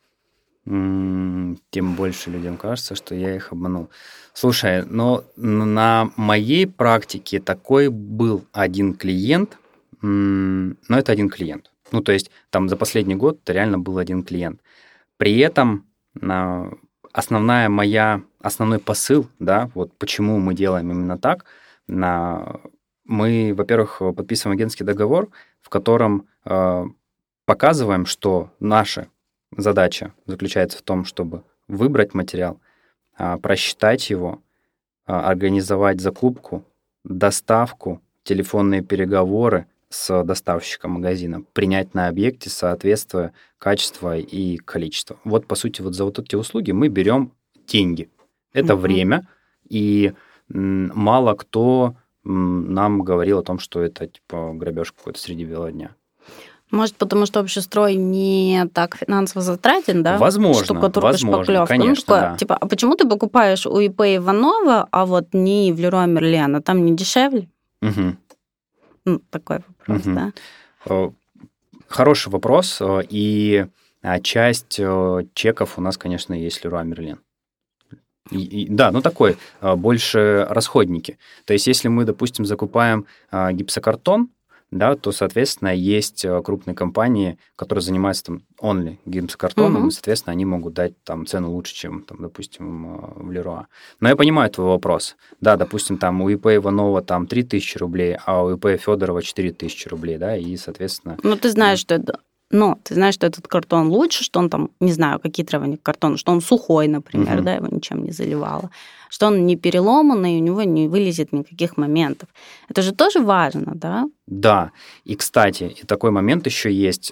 S1: М-м, тем больше людям кажется, что я их обманул. Слушай, но на моей практике такой был один клиент, м- но это один клиент. Ну, то есть там за последний год это реально был один клиент. При этом основная моя, основной посыл, да, вот почему мы делаем именно так, на, мы, во-первых, подписываем агентский договор, в котором э, показываем, что наша задача заключается в том, чтобы выбрать материал, э, просчитать его, э, организовать закупку, доставку, телефонные переговоры с доставщиком магазина, принять на объекте, соответствуя качеству и количеству. Вот, по сути, вот за вот эти услуги мы берем деньги. Это mm-hmm. время, и м, мало кто м, нам говорил о том, что это типа грабеж какой-то среди бела дня.
S2: Может, потому что общестрой не так финансово затратен, да?
S1: Возможно,
S2: штукатурка,
S1: возможно,
S2: шпаклевка.
S1: конечно,
S2: ну, такое,
S1: да.
S2: Типа, а почему ты покупаешь у ИП Иванова, а вот не в Леруа Мерлен, а там не дешевле?
S1: Угу.
S2: Ну, такой вопрос,
S1: угу.
S2: да?
S1: Хороший вопрос, и часть чеков у нас, конечно, есть Леруа Мерлен. И, и, да, ну такой, больше расходники. То есть, если мы, допустим, закупаем гипсокартон, да, то, соответственно, есть крупные компании, которые занимаются там only гипсокартоном, mm-hmm. и, соответственно, они могут дать там цену лучше, чем, там, допустим, в Леруа. Но я понимаю твой вопрос. Да, допустим, там у ИП Иванова там три тысячи рублей, а у ИП Федорова четыре тысячи рублей, да, и, соответственно...
S2: Ну, ты знаешь, что это... Но ты знаешь, что этот картон лучше, что он там, не знаю, какие требования к картону, что он сухой, например, uh-huh. да, его ничем не заливало, что он не переломанный, у него не вылезет никаких моментов. Это же тоже важно, да?
S1: Да. И, кстати, и такой момент еще есть.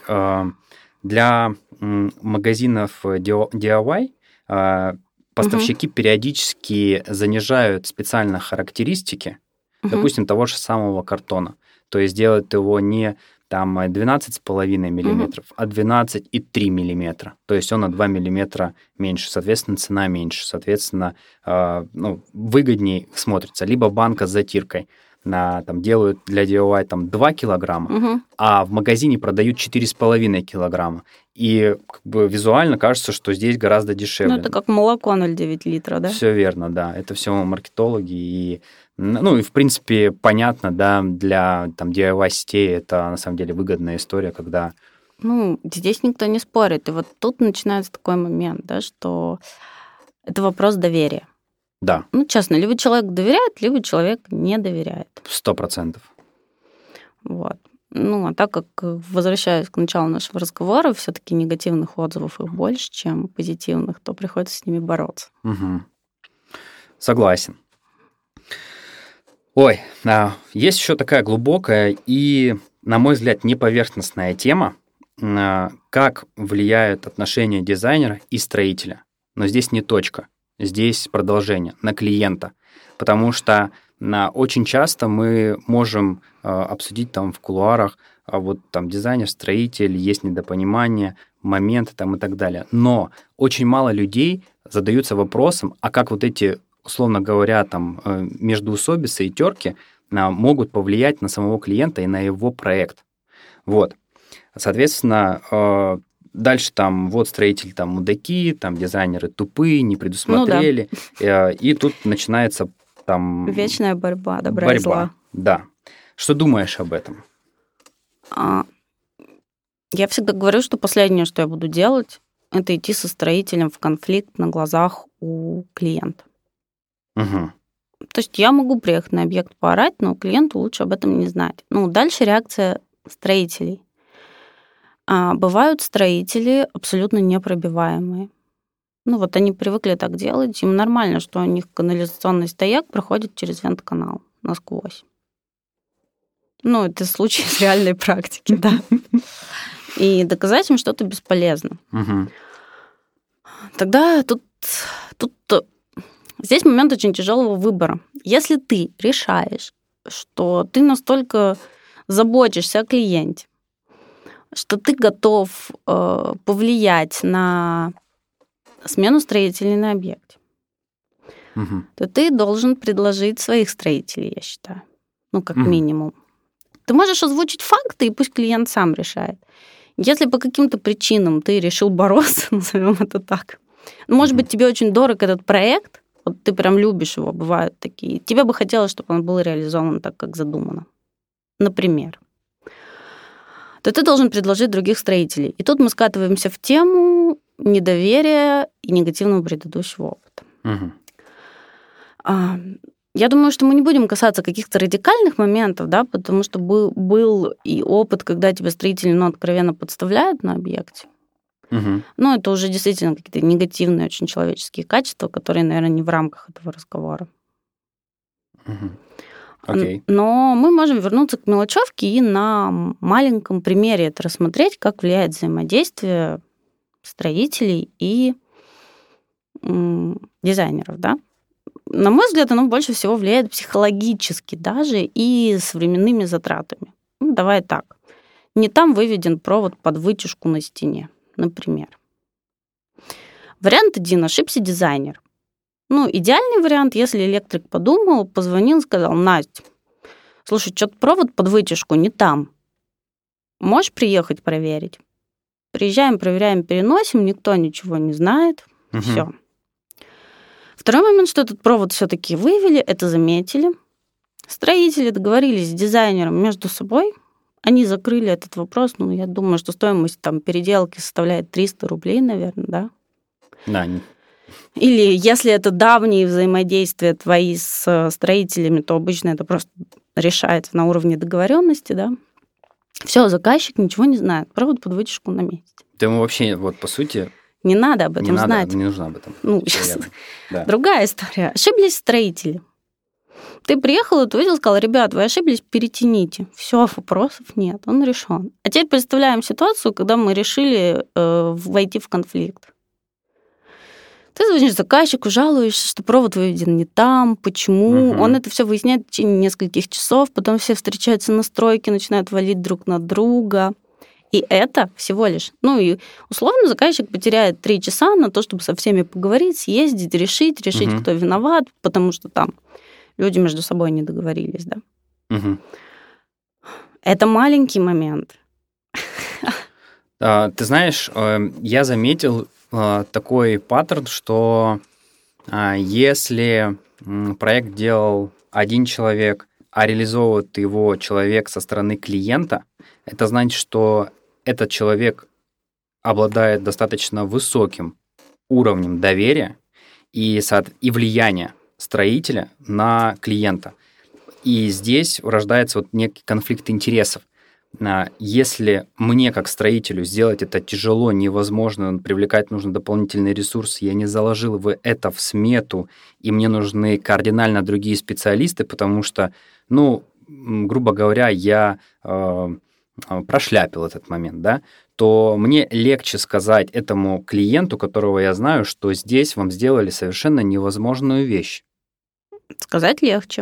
S1: Для магазинов ди ай вай поставщики uh-huh. периодически занижают специально характеристики, uh-huh. допустим, того же самого картона. То есть делают его не... там двенадцать с половиной миллиметров, mm-hmm. а двенадцать и три миллиметра. То есть он на два миллиметра меньше, соответственно, цена меньше, соответственно, э, ну, выгоднее смотрится. Либо банка с затиркой на, там, делают для ди ай вай там, два килограмма, mm-hmm. а в магазине продают четыре с половиной килограмма. И как бы, визуально кажется, что здесь гораздо дешевле.
S2: Ну, это как молоко ноль целых девять десятых литра, да?
S1: Все верно, да. Это все маркетологи и... Ну, и, в принципе, понятно, да, для там, ди ай вай-сетей это, на самом деле, выгодная история, когда...
S2: Ну, здесь никто не спорит. И вот тут начинается такой момент, да, что это вопрос доверия.
S1: Да.
S2: Ну, честно, либо человек доверяет, либо человек не доверяет.
S1: Сто процентов.
S2: Вот. Ну, а так как, возвращаясь к началу нашего разговора, все-таки негативных отзывов их больше, чем позитивных, то приходится с ними бороться.
S1: Угу. Согласен. Ой, есть еще такая глубокая и, на мой взгляд, неповерхностная тема, как влияют отношения дизайнера и строителя. Но здесь не точка, здесь продолжение на клиента. Потому что очень часто мы можем обсудить там в кулуарах, вот там дизайнер, строитель, есть недопонимание, моменты там и так далее. Но очень мало людей задаются вопросом, а как вот эти, условно говоря, там междоусобицы и терки могут повлиять на самого клиента и на его проект. Вот. Соответственно, дальше там вот строители там мудаки, там дизайнеры тупые, не предусмотрели. Ну, да. И тут начинается там...
S2: Вечная борьба добра
S1: борьба.
S2: и зла.
S1: Да. Что думаешь об этом?
S2: А, я всегда говорю, что последнее, что я буду делать, это идти со строителем в конфликт на глазах у клиента.
S1: Угу.
S2: То есть я могу приехать на объект поорать, но клиенту лучше об этом не знать. Ну, дальше реакция строителей. А бывают строители абсолютно непробиваемые. Ну, вот они привыкли так делать, им нормально, что у них канализационный стояк проходит через вент-канал насквозь. Ну, это случай из реальной практики, да. И доказать им что-то бесполезно.
S1: Угу.
S2: Тогда тут, тут здесь момент очень тяжелого выбора. Если ты решаешь, что ты настолько заботишься о клиенте, что ты готов э, повлиять на смену строителей на объекте,
S1: угу.
S2: то ты должен предложить своих строителей, я считаю. Ну, как
S1: угу.
S2: минимум. Ты можешь озвучить факты, и пусть клиент сам решает. Если по каким-то причинам ты решил бороться, назовем это так, может быть, тебе очень дорог этот проект, вот ты прям любишь его, бывают такие, тебе бы хотелось, чтобы он был реализован так, как задумано, например, то ты должен предложить других строителей. И тут мы скатываемся в тему недоверия и негативного предыдущего опыта.
S1: Угу.
S2: А, я думаю, что мы не будем касаться каких-то радикальных моментов, да, потому что был, был и опыт, когда тебя строители, ну, откровенно подставляют на объекте.
S1: Угу.
S2: Ну, это уже действительно какие-то негативные очень человеческие качества, которые, наверное, не в рамках этого разговора.
S1: Угу. Okay.
S2: Но мы можем вернуться к мелочевке и на маленьком примере это рассмотреть, как влияет взаимодействие строителей и м, дизайнеров, да. На мой взгляд, оно больше всего влияет психологически даже и с временными затратами. Ну, давай так. Не там выведен провод под вытяжку на стене, например. Вариант один. Ошибся дизайнер. Ну, идеальный вариант, если электрик подумал, позвонил и сказал: Настя, слушай, что-то провод под вытяжку не там. Можешь приехать проверить? Приезжаем, проверяем, переносим, никто ничего не знает.
S1: Угу.
S2: Все. Второй момент, что этот провод все-таки вывели, это заметили. Строители договорились с дизайнером между собой. Они закрыли этот вопрос. Ну, я думаю, что стоимость там переделки составляет триста рублей, наверное, да?
S1: Да.
S2: Или если это давние взаимодействия твои с строителями, то обычно это просто решается на уровне договоренности, да? Все, заказчик ничего не знает. Провод под вытяжку на месте.
S1: Ты ему вообще, вот по сути...
S2: Не надо об этом
S1: не надо,
S2: знать.
S1: Не нужно об этом.
S2: Ну, сейчас да. Другая история. Ошиблись строители. Ты приехал, ты увидел, сказал: ребят, вы ошиблись, перетяните. Все, вопросов нет, он решен. А теперь представляем ситуацию, когда мы решили э, войти в конфликт. Ты звонишь заказчику, жалуешься, что провод выведен не там, почему. Угу. Он это все выясняет в течение нескольких часов, потом все встречаются на стройке, начинают валить друг на друга. И это всего лишь, ну и условно заказчик потеряет три часа на то, чтобы со всеми поговорить, съездить, решить, решить, угу. кто виноват, потому что там люди между собой не договорились, да.
S1: Угу.
S2: Это маленький момент.
S1: Ты знаешь, я заметил такой паттерн, что если проект делал один человек, а реализовывает его человек со стороны клиента, это значит, что этот человек обладает достаточно высоким уровнем доверия и, и влияния строителя на клиента. И здесь рождается вот некий конфликт интересов. Если мне, как строителю, сделать это тяжело, невозможно, привлекать нужно дополнительный ресурс, я не заложил в это в смету, и мне нужны кардинально другие специалисты, потому что, ну, грубо говоря, я э, прошляпил этот момент, да, то мне легче сказать этому клиенту, которого я знаю, что здесь вам сделали совершенно невозможную вещь.
S2: Сказать легче.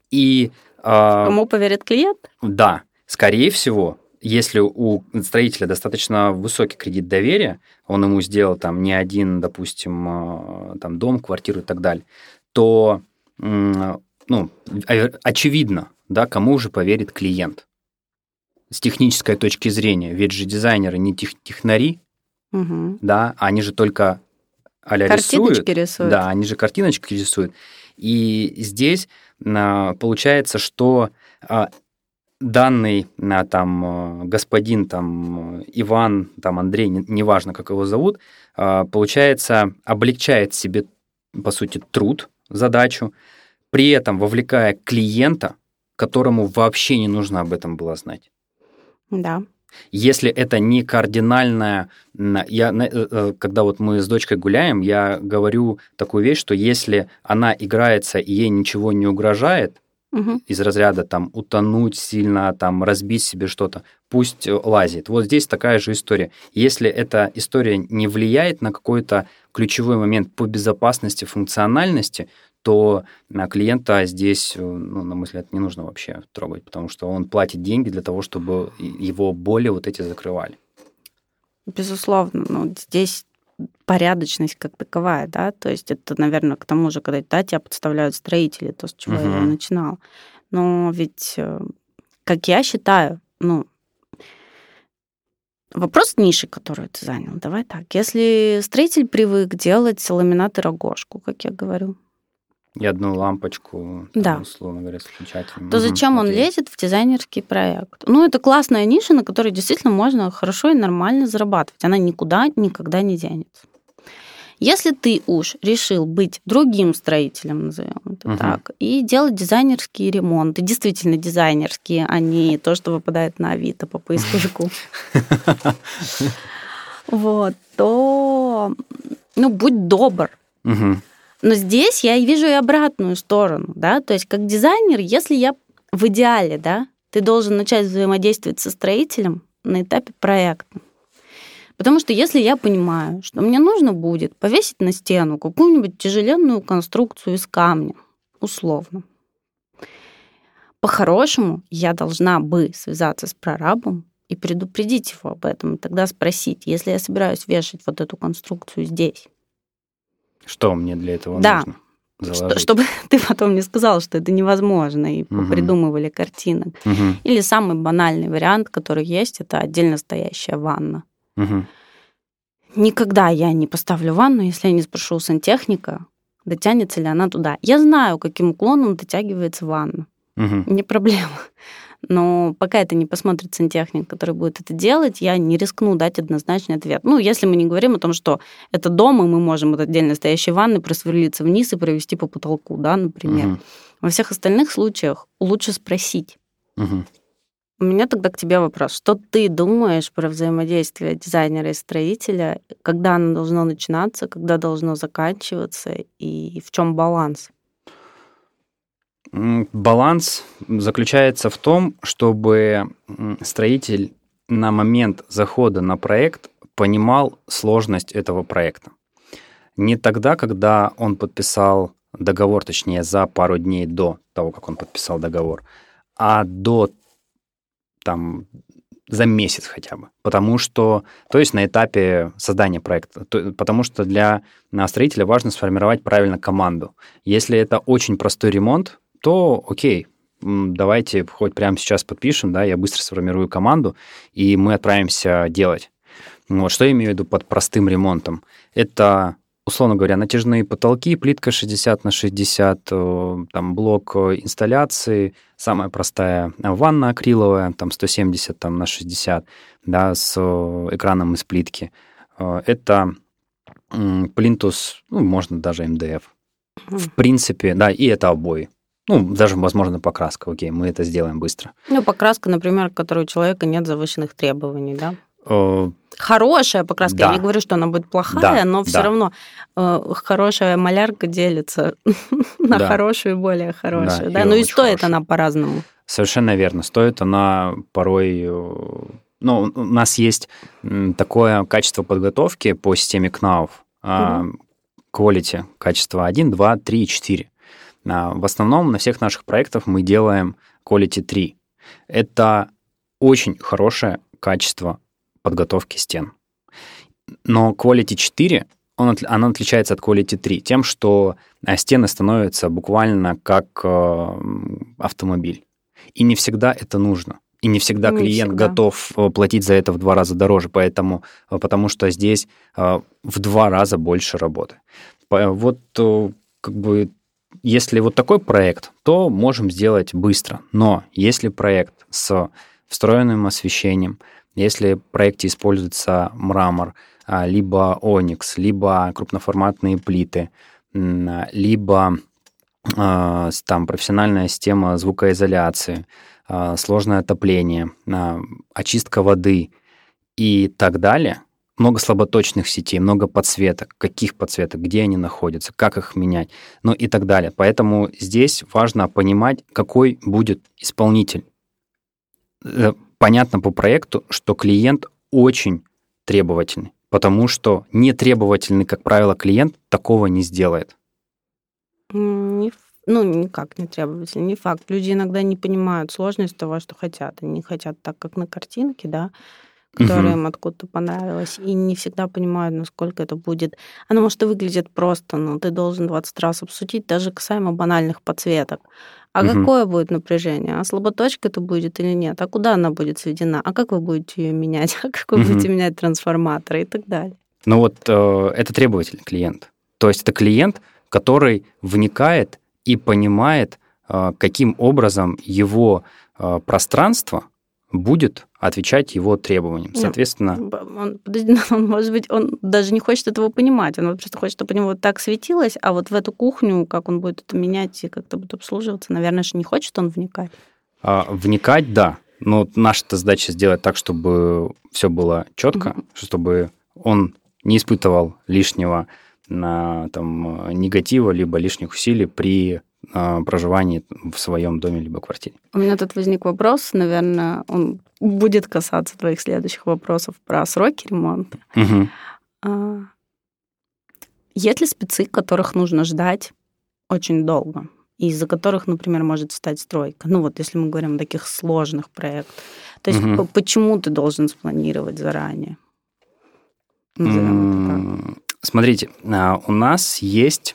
S1: И,
S2: Кому поверит клиент?
S1: Да, скорее всего, если у строителя достаточно высокий кредит доверия, он ему сделал там не один, допустим, там дом, квартиру и так далее, то, ну, очевидно, да, кому же поверит клиент. С технической точки зрения, ведь же дизайнеры не тех, технари, угу. да, они же только а-ля рисуют.
S2: рисуют.
S1: Да, они же картиночки рисуют. И здесь получается, что данный там господин там Иван, там Андрей, неважно, как его зовут, получается, облегчает себе, по сути, труд, задачу, при этом вовлекая клиента, которому вообще не нужно об этом было знать.
S2: Да.
S1: Если это не кардинальное... Я, когда вот мы с дочкой гуляем, я говорю такую вещь, что если она играется и ей ничего не угрожает, угу. из разряда там утонуть сильно, там разбить себе что-то, пусть лазит. Вот здесь такая же история. Если эта история не влияет на какой-то ключевой момент по безопасности, функциональности, то на клиента здесь, ну, на мой взгляд, не нужно вообще трогать, потому что он платит деньги для того, чтобы его боли вот эти закрывали.
S2: Безусловно, но здесь порядочность как таковая, да, то есть это, наверное, к тому же, когда да, тебя подставляют строители, то, с чего uh-huh. я начинала. Но ведь, как я считаю, ну, вопрос ниши, которую ты занял, давай так, если строитель привык делать ламинат и рогожку, как я говорю,
S1: и одну лампочку, там, да. условно говоря, с включателем.
S2: То зачем угу, он окей. лезет в дизайнерский проект? Ну, это классная ниша, на которой действительно можно хорошо и нормально зарабатывать. Она никуда никогда не денется. Если ты уж решил быть другим строителем, назовем это угу. так, и делать дизайнерские ремонты, действительно дизайнерские, а не то, что выпадает на Авито по поисковику, вот, то, ну, будь добр. Но здесь я вижу и обратную сторону, да, то есть как дизайнер, если я в идеале, да, ты должен начать взаимодействовать со строителем на этапе проекта. Потому что если я понимаю, что мне нужно будет повесить на стену какую-нибудь тяжеленную конструкцию из камня, условно, по-хорошему я должна бы связаться с прорабом и предупредить его об этом, и тогда спросить, если я собираюсь вешать вот эту конструкцию здесь,
S1: что мне для этого
S2: да.
S1: нужно заложить?
S2: Что, чтобы ты потом не сказал, что это невозможно, и угу. придумывали картинок.
S1: Угу.
S2: Или самый банальный вариант, который есть, это отдельно стоящая ванна.
S1: Угу.
S2: Никогда я не поставлю ванну, если я не спрошу у сантехника, дотянется ли она туда. Я знаю, каким уклоном дотягивается ванна.
S1: Угу.
S2: Не проблема. Но пока это не посмотрит сантехник, который будет это делать, я не рискну дать однозначный ответ. Ну, если мы не говорим о том, что это дом, и мы можем от отдельно стоящей ванны просверлиться вниз и провести по потолку, да, например. Угу. Во всех остальных случаях лучше спросить.
S1: Угу.
S2: У меня тогда к тебе вопрос. Что ты думаешь про взаимодействие дизайнера и строителя? Когда оно должно начинаться, когда должно заканчиваться, и в чем баланс?
S1: Баланс заключается в том, чтобы строитель на момент захода на проект понимал сложность этого проекта. Не тогда, когда он подписал договор, точнее, за пару дней до того, как он подписал договор, а до, там, за месяц хотя бы. Потому что, то есть на этапе создания проекта. Потому что для строителя важно сформировать правильно команду. Если это очень простой ремонт, то окей, давайте хоть прямо сейчас подпишем, да, я быстро сформирую команду, и мы отправимся делать. Вот, что я имею в виду под простым ремонтом? Это, условно говоря, натяжные потолки, плитка шестьдесят на шестьдесят, там, блок инсталляции, самая простая ванна акриловая, там, сто семьдесят там, на шестьдесят, да, с экраном из плитки. Это плинтус, ну, можно даже эм дэ эф. В принципе, да, и это обои. Ну, даже, возможно, покраска. Окей, мы это сделаем быстро.
S2: Ну, покраска, например, к которой у человека нет завышенных требований, да? Э... Хорошая покраска. Да. Я не говорю, что она будет плохая, да, но все да. равно э, хорошая малярка делится на да. хорошую и более хорошую. Да, да? Ну и стоит хорошая. Она по-разному.
S1: Совершенно верно. Стоит она порой... Ну, у нас есть такое качество подготовки по системе кнауф. Угу. Quality, качество один, два, три и четыре. В основном на всех наших проектах мы делаем Quality три. Это очень хорошее качество подготовки стен. Но Quality четыре, он, оно отличается от Quality три тем, что стены становятся буквально как автомобиль. И не всегда это нужно. И не всегда не клиент всегда. готов платить за это в два раза дороже, поэтому, потому что здесь в два раза больше работы. Вот как бы если вот такой проект, то можем сделать быстро. Но если проект с встроенным освещением, если в проекте используется мрамор, либо оникс, либо крупноформатные плиты, либо там профессиональная система звукоизоляции, сложное отопление, очистка воды и так далее, много слаботочных сетей, много подсветок, каких подсветок, где они находятся, как их менять, ну и так далее. Поэтому здесь важно понимать, какой будет исполнитель. Понятно по проекту, что клиент очень требовательный, потому что нетребовательный, как правило, клиент такого не сделает.
S2: Не, ну, никак не требовательный, не факт. Люди иногда не понимают сложность того, что хотят. Они хотят так, как на картинке, да, которая им откуда-то понравилась, и не всегда понимают, насколько это будет. Оно, может, и выглядит просто, но ты должен двадцать раз обсудить, даже касаемо банальных подсветок. А угу. какое будет напряжение? А слаботочка это будет или нет? А куда она будет сведена? А как вы будете ее менять? А как вы угу. будете менять трансформаторы и так далее?
S1: Ну вот э, это требовательный клиент. То есть это клиент, который вникает и понимает, э, каким образом его э, пространство будет отвечать его требованиям. Соответственно...
S2: Он, он, может быть, он даже не хочет этого понимать, он просто хочет, чтобы у него так светилось, а вот в эту кухню, как он будет это менять и как-то будет обслуживаться, наверное, же не хочет он вникать.
S1: А, вникать, да. Но наша задача сделать так, чтобы все было четко, mm-hmm. чтобы он не испытывал лишнего на, там, негатива, либо лишних усилий при проживании в своем доме либо квартире.
S2: У меня тут возник вопрос, наверное, он будет касаться твоих следующих вопросов про сроки ремонта.
S1: Угу.
S2: А, есть ли спецы, которых нужно ждать очень долго, из-за которых, например, может встать стройка? Ну вот если мы говорим о таких сложных проектах. То есть угу. почему ты должен спланировать заранее?
S1: Назовем это так. Смотрите, у нас есть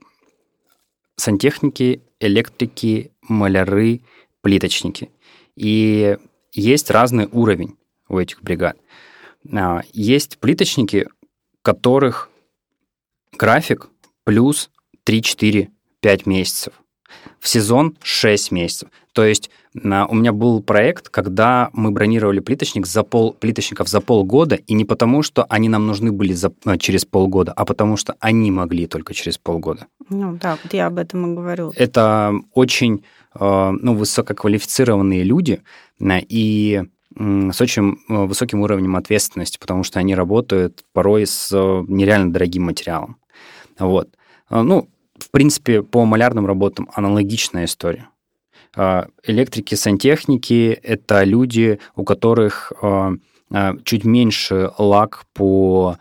S1: сантехники, электрики, маляры, плиточники. И есть разный уровень у этих бригад. Есть плиточники, которых график плюс три, четыре, пять месяцев. В сезон шесть месяцев. То есть у меня был проект, когда мы бронировали плиточник за пол, плиточников за полгода, и не потому, что они нам нужны были за, через полгода, а потому что они могли только через полгода.
S2: Ну да, вот я об этом и говорю.
S1: Это очень ну, высококвалифицированные люди и с очень высоким уровнем ответственности, потому что они работают порой с нереально дорогим материалом. Вот. Ну, в принципе, по малярным работам аналогичная история. Электрики, сантехники – это люди, у которых чуть меньше лаг по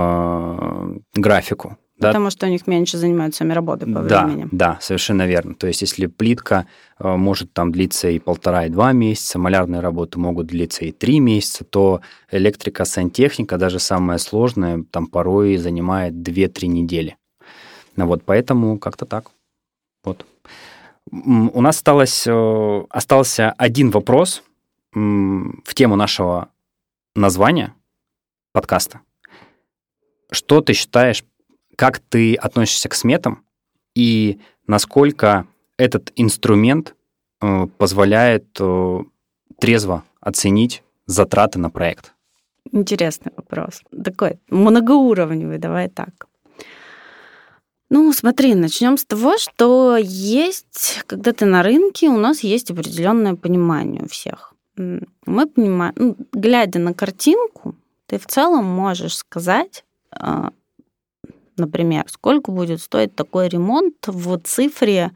S1: графику.
S2: Потому да? что у них меньше занимаются сами работой по
S1: да,
S2: времени.
S1: Да, совершенно верно. То есть если плитка может там длиться и полтора, и два месяца, малярные работы могут длиться и три месяца, то электрика, сантехника, даже самая сложная, там порой занимает две-три недели. Вот поэтому как-то так. Вот. У нас осталось, остался один вопрос в тему нашего названия подкаста. Что ты считаешь, как ты относишься к сметам и насколько этот инструмент позволяет трезво оценить затраты на проект?
S2: Интересный вопрос. Такой многоуровневый, давай так. Ну, смотри, начнем с того, что есть, когда ты на рынке, у нас есть определенное понимание у всех. Мы понимаем, ну, глядя на картинку, ты в целом можешь сказать, например, сколько будет стоить такой ремонт в цифре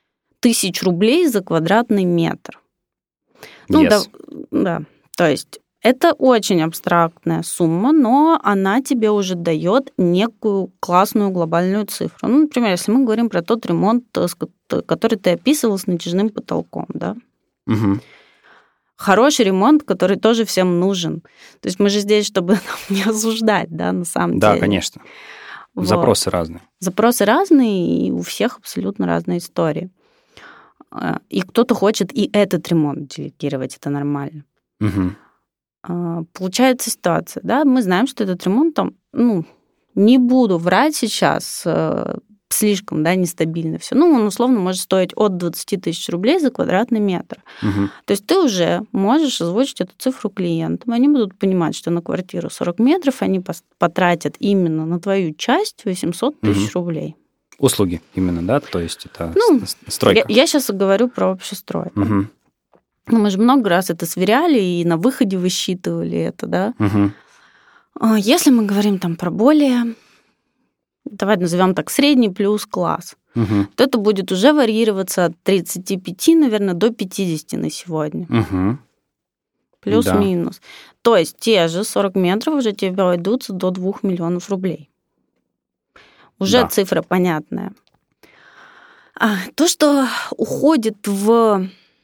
S2: тысяч рублей за квадратный метр. Ну,
S1: yes.
S2: да, да, то есть Это очень абстрактная сумма, но она тебе уже дает некую классную глобальную цифру. Ну, например, если мы говорим про тот ремонт, который ты описывал с натяжным потолком, да?
S1: Угу.
S2: Хороший ремонт, который тоже всем нужен. То есть мы же здесь, чтобы не осуждать, да, на самом
S1: да,
S2: деле.
S1: Да, конечно.
S2: Вот.
S1: Запросы разные.
S2: Запросы разные, и у всех абсолютно разные истории. И кто-то хочет и этот ремонт делегировать, это нормально.
S1: Угу.
S2: Получается ситуация, да, мы знаем, что этот ремонт там, ну, не буду врать сейчас, слишком, да, нестабильно все. Ну, он условно может стоить от двадцать тысяч рублей за квадратный метр.
S1: Угу.
S2: То есть ты уже можешь озвучить эту цифру клиентам. Они будут понимать, что на квартиру сорок метров они потратят именно на твою часть восемьсот тысяч угу. рублей.
S1: Услуги именно, да? То есть это
S2: ну,
S1: стройка.
S2: Я, я сейчас говорю про общестрой.
S1: Угу.
S2: Ну, мы же много раз это сверяли и на выходе высчитывали это, да?
S1: Угу.
S2: Если мы говорим там про более... давай назовем так, средний плюс класс,
S1: угу.
S2: то это будет уже варьироваться от тридцати пяти, наверное, до пятидесяти на сегодня.
S1: Угу.
S2: Плюс-минус. Да. То есть те же сорок метров уже тебе обойдутся до двух миллионов рублей. Уже да. Цифра понятная. А то, что уходит в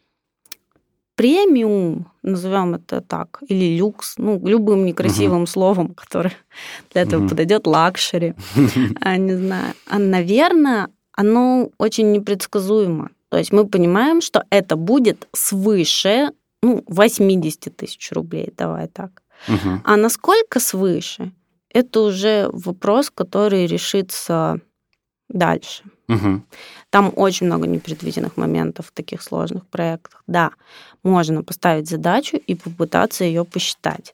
S2: премиум, назовем это так, или люкс, ну, любым некрасивым uh-huh. словом, которое для этого uh-huh. подойдет, лакшери, а, не знаю. А, наверное, оно очень непредсказуемо. То есть мы понимаем, что это будет свыше, ну, восемьдесят тысяч рублей, давай так.
S1: Uh-huh.
S2: А насколько свыше, это уже вопрос, который решится дальше.
S1: Uh-huh.
S2: Там очень много непредвиденных моментов в таких сложных проектах. Да, можно поставить задачу и попытаться ее посчитать.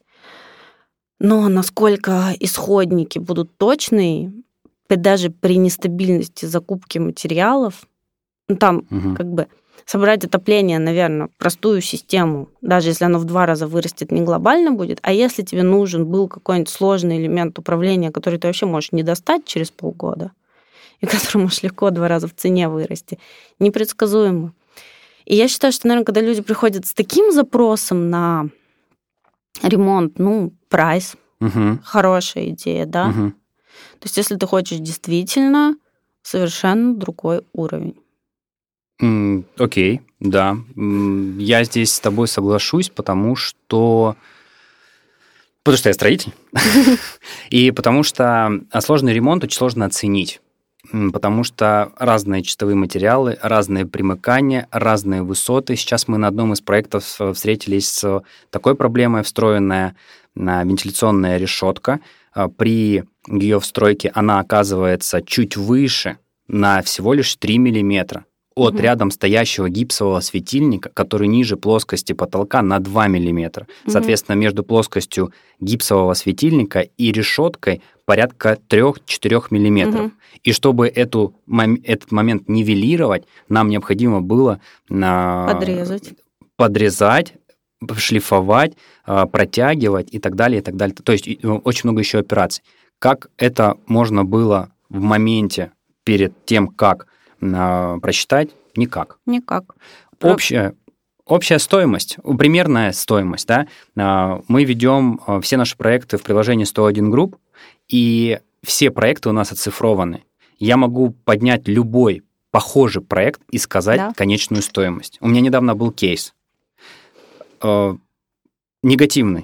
S2: Но насколько исходники будут точные, даже при нестабильности закупки материалов, ну, там uh-huh. как бы собрать отопление, наверное, простую систему, даже если оно в два раза вырастет, не глобально будет, а если тебе нужен был какой-нибудь сложный элемент управления, который ты вообще можешь не достать через полгода, и который может легко два раза в цене вырасти, непредсказуемо. И я считаю, что, наверное, когда люди приходят с таким запросом на ремонт, ну, прайс,
S1: угу.
S2: хорошая идея, да?
S1: Угу.
S2: То есть если ты хочешь действительно совершенно другой уровень.
S1: Mm, окей, да. Mm, я здесь с тобой соглашусь, потому что... Потому что я строитель. И потому что сложный ремонт очень сложно оценить. Потому что разные чистовые материалы, разные примыкания, разные высоты. Сейчас мы на одном из проектов встретились с такой проблемой, встроенная вентиляционная решетка. При ее встройке она оказывается чуть выше на всего лишь три миллиметра от угу. рядом стоящего гипсового светильника, который ниже плоскости потолка на два миллиметра. Угу. Соответственно, между плоскостью гипсового светильника и решеткой порядка три-четыре миллиметров. Угу. И чтобы эту, этот момент нивелировать, нам необходимо было
S2: подрезать,
S1: подрезать, шлифовать, протягивать и так далее, и так далее. То есть очень много еще операций. Как это можно было в моменте перед тем, как просчитать? Никак.
S2: Никак.
S1: Общая, общая стоимость, примерная стоимость, да, мы ведем все наши проекты в приложении сто один Group, и все проекты у нас оцифрованы. Я могу поднять любой похожий проект и сказать да. конечную стоимость. У меня недавно был кейс. Э, негативный,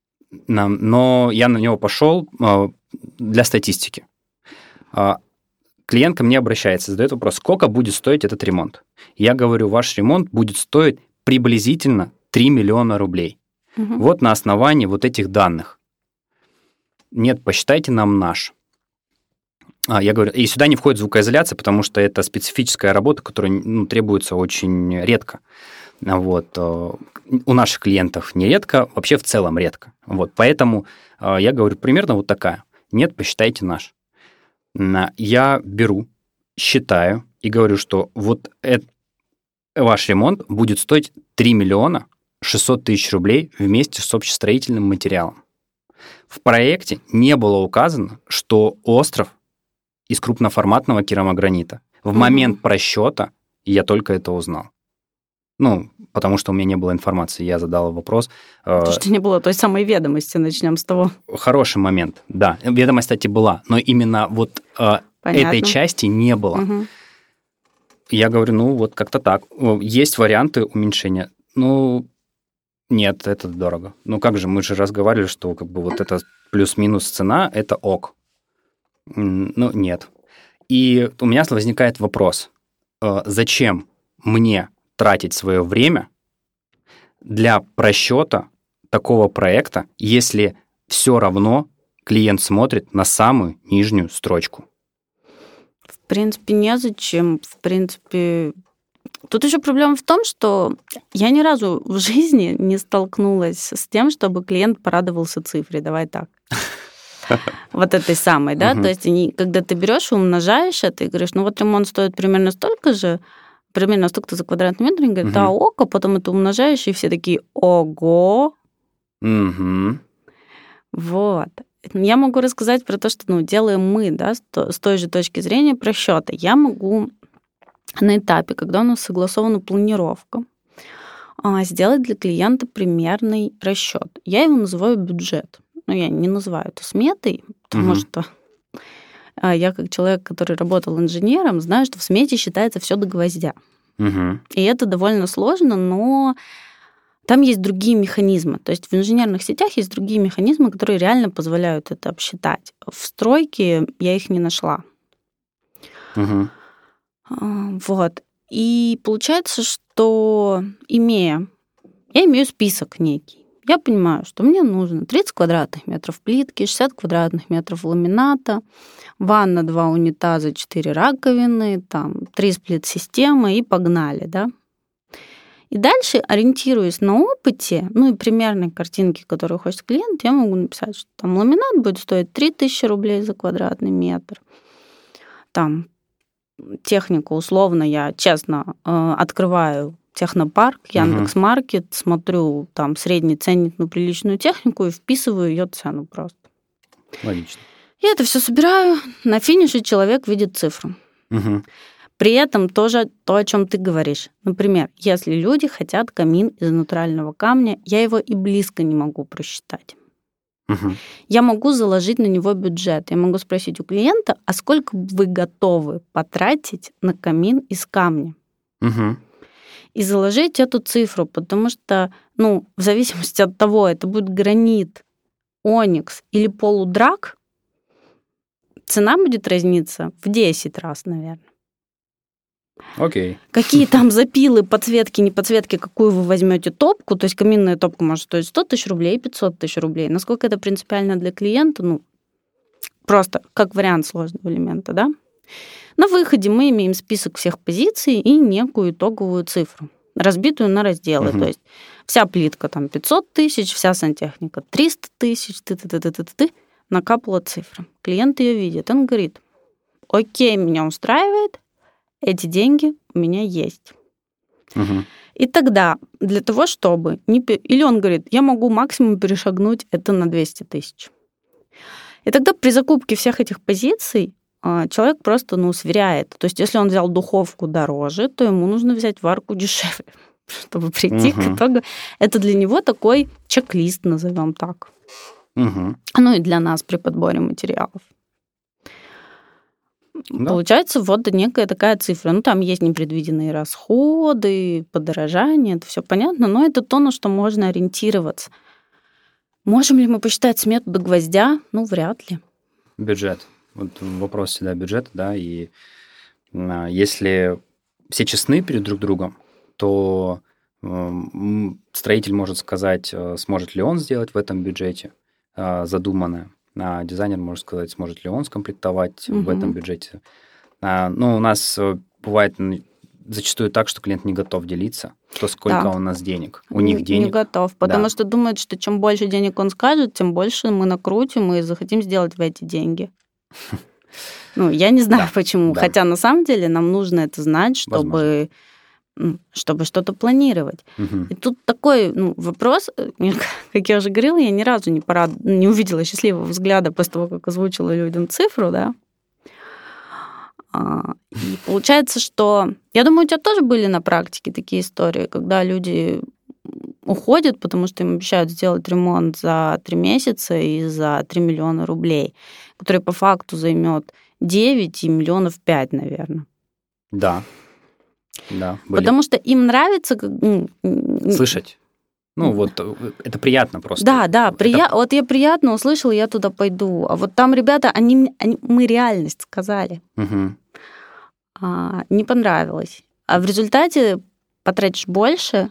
S1: но я на него пошел э, для статистики. Э, клиент ко мне обращается, задает вопрос, сколько будет стоить этот ремонт? Я говорю, ваш ремонт будет стоить приблизительно три миллиона рублей. Угу. Вот на основании вот этих данных. Нет, посчитайте нам наш. А, я говорю, и сюда не входит звукоизоляция, потому что это специфическая работа, которая ну, требуется очень редко. Вот. У наших клиентов нередко, вообще в целом редко. Вот. Поэтому я говорю, примерно вот такая. Нет, посчитайте наш. Я беру, считаю и говорю, что вот это, ваш ремонт будет стоить три миллиона шестьсот тысяч рублей вместе с общестроительным материалом. В проекте не было указано, что остров из крупноформатного керамогранита. В mm-hmm. момент просчета я только это узнал. Ну, потому что у меня не было информации. Я задал вопрос.
S2: То, что не было той самой ведомости, начнем с того.
S1: Хороший момент, да. Ведомость, кстати, была, но именно вот этой части не было. Угу. Я говорю, ну, вот как-то так. Есть варианты уменьшения. Ну, нет, это дорого. Ну, как же, мы же разговаривали, что как бы вот это плюс-минус цена, это ок. Ну, нет. И у меня возникает вопрос. Зачем мне тратить свое время для просчета такого проекта, если все равно клиент смотрит на самую нижнюю строчку?
S2: В принципе, незачем. В принципе, тут еще проблема в том, что я ни разу в жизни не столкнулась с тем, чтобы клиент порадовался цифре. Давай так. Вот этой самой, да? То есть, когда ты берешь и умножаешь это, и говоришь, ну вот ремонт стоит примерно столько же, примерно столько-то за квадратный метр, и говорят, да, ок, а потом это умножаешь, и все такие, ого. Вот. Я могу рассказать про то, что ну, делаем мы, да, с той же точки зрения просчета. Я могу на этапе, когда у нас согласована планировка, сделать для клиента примерный расчет. Я его называю бюджет. Но я не называю это сметой, потому угу. что я, как человек, который работал инженером, знаю, что в смете считается все до гвоздя.
S1: Угу.
S2: И это довольно сложно, но там есть другие механизмы. То есть в инженерных сетях есть другие механизмы, которые реально позволяют это обсчитать. В стройке я их не нашла.
S1: Угу.
S2: Вот. И получается, что имея... Я имею список некий. Я понимаю, что мне нужно тридцать квадратных метров плитки, шестьдесят квадратных метров ламината, ванна, два унитаза, четыре раковины, там, три сплит-системы и погнали, да. И дальше, ориентируясь на опыте, ну и примерной картинки, которую хочет клиент, я могу написать, что там ламинат будет стоить три тысячи рублей за квадратный метр. Там техника, условно, я честно открываю Технопарк, Яндекс.Маркет, uh-huh. смотрю там средний ценник на приличную технику и вписываю ее цену просто.
S1: Логично.
S2: Я это все собираю, на финише человек видит цифру.
S1: Uh-huh.
S2: При этом тоже то, о чем ты говоришь. Например, если люди хотят камин из натурального камня, я его и близко не могу просчитать.
S1: Uh-huh.
S2: Я могу заложить на него бюджет. Я могу спросить у клиента, а сколько вы готовы потратить на камин из камня?
S1: Uh-huh.
S2: И заложить эту цифру, потому что, ну, в зависимости от того, это будет гранит, оникс или полудрак, цена будет разниться в десять раз, наверное.
S1: Окей. Okay.
S2: Какие там запилы, подсветки, не подсветки, какую вы возьмете топку, то есть каминная топка может стоить сто тысяч рублей, пятьсот тысяч рублей. Насколько это принципиально для клиента, ну, просто как вариант сложного элемента, да? На выходе мы имеем список всех позиций и некую итоговую цифру, разбитую на разделы. Uh-huh. То есть вся плитка там пятьсот тысяч, вся сантехника триста тысяч, ты-ты-ты-ты-ты, накапала цифра. Клиент ее видит, он говорит, окей, меня устраивает, эти деньги у меня есть.
S1: Uh-huh.
S2: И тогда для того, чтобы... Не... Или он говорит, я могу максимум перешагнуть это на двести тысяч. И тогда при закупке всех этих позиций человек просто, ну, сверяет. То есть, если он взял духовку дороже, то ему нужно взять варку дешевле, чтобы прийти uh-huh. к итогу. Это для него такой чек-лист, назовем так.
S1: Uh-huh.
S2: Ну и для нас при подборе материалов. Да. Получается, вот некая такая цифра. Ну, там есть непредвиденные расходы, подорожание, это все понятно, но это то, на что можно ориентироваться. Можем ли мы посчитать смету до гвоздя? Ну, вряд ли.
S1: Бюджет. Вот вопрос всегда бюджета, да, и а, если все честны перед друг другом, то э, строитель может сказать, сможет ли он сделать в этом бюджете э, задуманное, а дизайнер может сказать, сможет ли он скомплектовать угу. в этом бюджете. А, ну, у нас бывает зачастую так, что клиент не готов делиться, то сколько да. у нас денег. У них денег.
S2: Не готов, потому
S1: да.
S2: что думает, что чем больше денег он скажет, тем больше мы накрутим и захотим сделать в эти деньги. Ну, я не знаю, да, почему. Да. Хотя на самом деле нам нужно это знать, чтобы, чтобы что-то планировать.
S1: Угу.
S2: И тут такой ну, вопрос, как я уже говорила, я ни разу не, порад... не увидела счастливого взгляда после того, как озвучила людям цифру, да. И получается, что... Я думаю, у тебя тоже были на практике такие истории, когда люди уходят, потому что им обещают сделать ремонт за три месяца и за три миллиона рублей, который по факту займет девять и миллионов пять, наверное.
S1: Да. Да, были.
S2: Потому что им нравится...
S1: Слышать. Ну, вот это приятно просто.
S2: Да, да,
S1: это...
S2: прия... вот я приятно услышала, я туда пойду. А вот там ребята, они, они... мы реальность сказали.
S1: Угу.
S2: А, не понравилось. А в результате потратишь больше,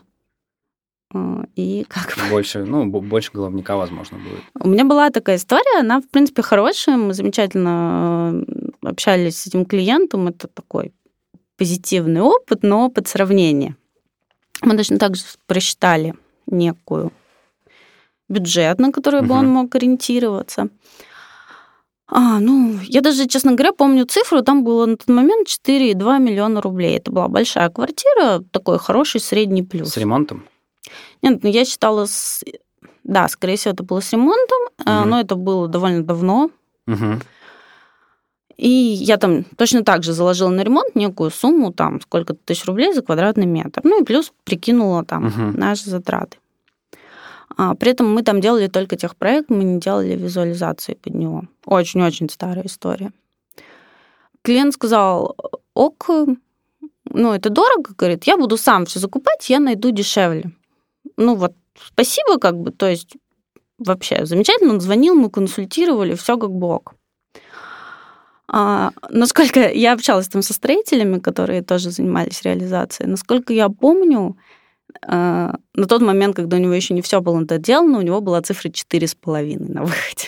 S2: и как бы...
S1: Больше, ну, больше головника, возможно, будет.
S2: У меня была такая история, она, в принципе, хорошая, мы замечательно общались с этим клиентом, это такой позитивный опыт, но опыт сравнения. Мы точно так же просчитали некую бюджет, на который бы uh-huh. он мог ориентироваться. А, ну, я даже, честно говоря, помню цифру, там было на тот момент четыре и два миллиона рублей. Это была большая квартира, такой хороший средний плюс.
S1: С ремонтом?
S2: Нет, ну я считала, с... да, скорее всего, это было с ремонтом, uh-huh. но это было довольно давно.
S1: Uh-huh.
S2: И я там точно так же заложила на ремонт некую сумму, там, сколько-то тысяч рублей за квадратный метр. Ну и плюс прикинула там uh-huh. наши затраты. А, при этом мы там делали только техпроект, мы не делали визуализации под него. Очень-очень старая история. Клиент сказал, ок, ну это дорого, говорит, я буду сам все закупать, я найду дешевле. Ну вот, спасибо, как бы, то есть вообще замечательно, он звонил, мы консультировали, все как бы ок. А, насколько я общалась там со строителями, которые тоже занимались реализацией, насколько я помню, а, на тот момент, когда у него еще не все было доделано, у него была цифра четыре с половиной на выходе.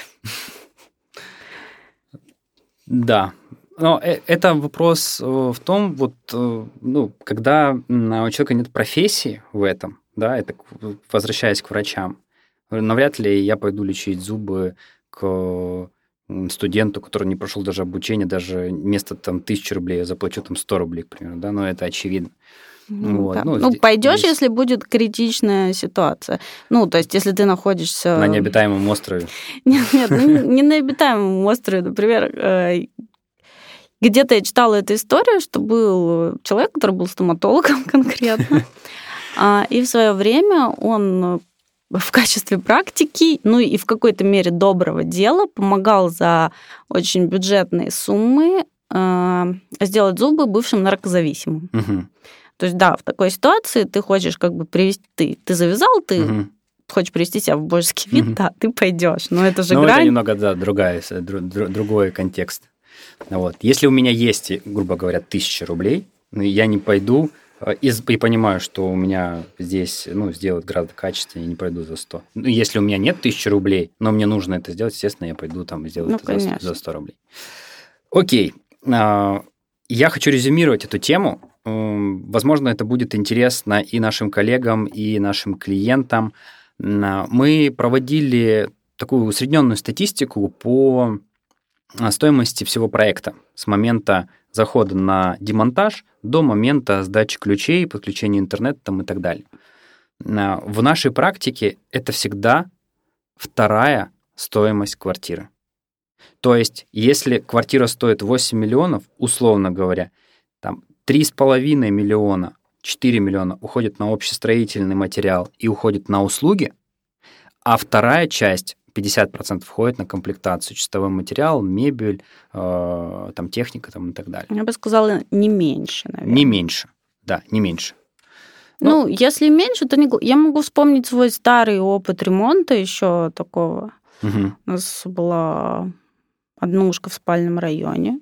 S1: Да. Но это вопрос в том, вот, ну, когда у человека нет профессии в этом, да, это возвращаясь к врачам, навряд ли я пойду лечить зубы к студенту, который не прошел даже обучение, даже вместо там тысячи рублей я заплачу там сто рублей, к примеру, да, но это очевидно.
S2: Ну,
S1: вот.
S2: да.
S1: ну,
S2: ну
S1: здесь,
S2: пойдешь,
S1: здесь...
S2: если будет критичная ситуация. Ну, то есть, если ты находишься...
S1: На необитаемом острове.
S2: Нет, нет, ну, не на обитаемом острове. Например, где-то я читала эту историю, что был человек, который был стоматологом конкретно, и в свое время он в качестве практики, ну и в какой-то мере доброго дела помогал за очень бюджетные суммы сделать зубы бывшим наркозависимым.
S1: Угу.
S2: То есть, да, в такой ситуации ты хочешь как бы привести... Ты, ты завязал, ты угу. хочешь привести себя в божеский вид, угу. да, ты пойдешь. Но это же
S1: Но
S2: грань...
S1: это немного, да, другая, другой контекст. Вот. Если у меня есть, грубо говоря, тысяча рублей, я не пойду и, и понимаю, что у меня здесь ну, сделают гораздо качественнее, не пойду за сто. Ну, если у меня нет тысячи рублей, но мне нужно это сделать, естественно, я пойду там и сделаю ну, это за, за сто рублей. Окей. Я хочу резюмировать эту тему. Возможно, это будет интересно и нашим коллегам, и нашим клиентам. Мы проводили такую усредненную статистику по стоимости всего проекта с момента захода на демонтаж до момента сдачи ключей, подключения интернета там, и так далее. В нашей практике это всегда вторая стоимость квартиры. То есть, если квартира стоит восемь миллионов, условно говоря, там три с половиной миллиона, четыре миллиона уходит на общестроительный материал и уходит на услуги, а вторая часть, пятьдесят процентов, входит на комплектацию, чистовой материал, мебель, э, там, техника там, и так далее.
S2: Я бы сказала, не меньше, наверное.
S1: Не меньше, да, не меньше.
S2: Но... Ну, если меньше, то не... Я могу вспомнить свой старый опыт ремонта еще такого.
S1: Угу.
S2: У нас была однушка в спальном районе.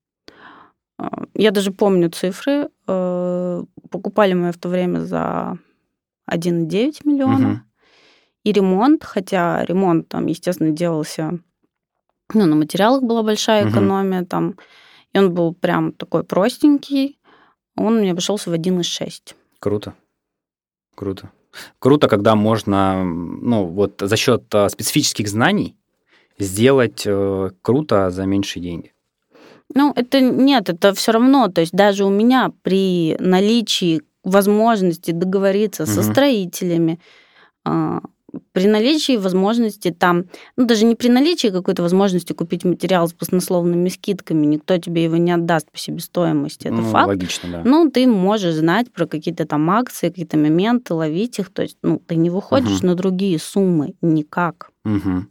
S2: Я даже помню цифры. Покупали мы в то время за один и девять миллиона. Угу. И ремонт, хотя ремонт там, естественно, делался... Ну, на материалах была большая экономия угу. там. И он был прям такой простенький. Он мне обошелся в один и шесть.
S1: Круто. Круто. Круто, когда можно, ну, вот за счет специфических знаний сделать э, круто за меньшие деньги.
S2: Ну, это нет, это все равно. То есть даже у меня при наличии возможности договориться угу. со строителями, э, при наличии возможности там, ну, даже не при наличии какой-то возможности купить материал с баснословными скидками, никто тебе его не отдаст по себестоимости, это
S1: ну,
S2: факт.
S1: Логично, да.
S2: Ну, ты можешь знать про какие-то там акции, какие-то моменты, ловить их, то есть, ну, ты не выходишь угу. на другие суммы никак.
S1: Угу.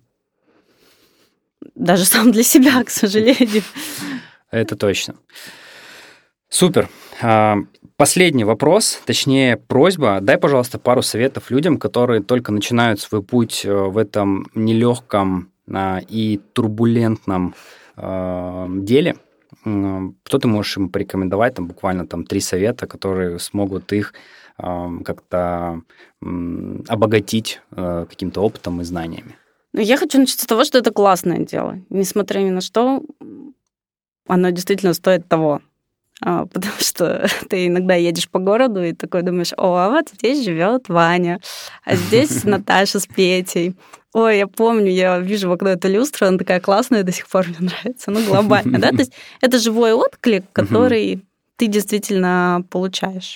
S2: Даже сам для себя, к сожалению.
S1: Это точно. Супер. Последний вопрос, точнее просьба. Дай, пожалуйста, пару советов людям, которые только начинают свой путь в этом нелегком и турбулентном деле. Что ты можешь им порекомендовать? Там буквально там три совета, которые смогут их как-то обогатить каким-то опытом и знаниями.
S2: Я хочу начать с того, что это классное дело. Несмотря ни на что, оно действительно стоит того. Потому что ты иногда едешь по городу и такой думаешь: о, а вот здесь живет Ваня, а здесь Наташа с Петей. Ой, я помню, я вижу в окно эту люстру, она такая классная, до сих пор мне нравится. Ну, глобально, да? То есть это живой отклик, который ты действительно получаешь.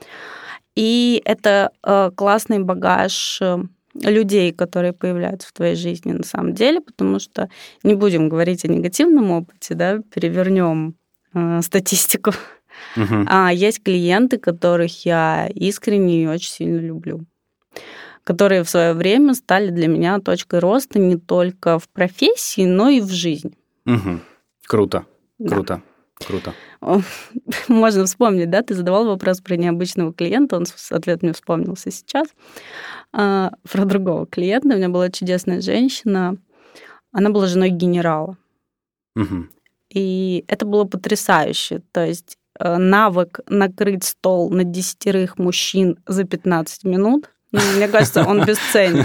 S2: И это классный багаж людей, которые появляются в твоей жизни на самом деле, потому что не будем говорить о негативном опыте, да, перевернем статистику. Uh-huh. А есть клиенты, которых я искренне и очень сильно люблю, которые в свое время стали для меня точкой роста не только в профессии, но и в жизни.
S1: Uh-huh. Круто,
S2: да.
S1: круто, круто.
S2: Можно вспомнить, да, ты задавал вопрос про необычного клиента, он, ответ мне вспомнился сейчас. А, про другого клиента. У меня была чудесная женщина, она была женой генерала.
S1: Uh-huh.
S2: И это было потрясающе. То есть навык накрыть стол на десятерых мужчин за пятнадцать минут, ну, мне кажется, он бесценен.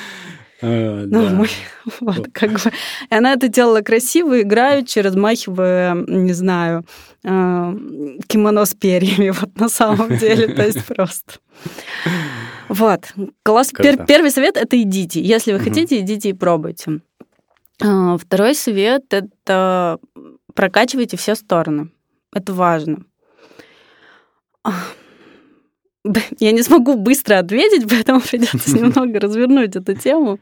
S2: Ну, вот, как бы. И она это делала красиво, играючи, размахивая, не знаю, кимоно с перьями, вот на самом деле, то есть просто. Вот. Класс. Первый совет — это идите. Если вы хотите, идите и пробуйте. Второй совет — это прокачивайте все стороны. Это важно. Я не смогу быстро ответить, поэтому придется немного развернуть эту тему.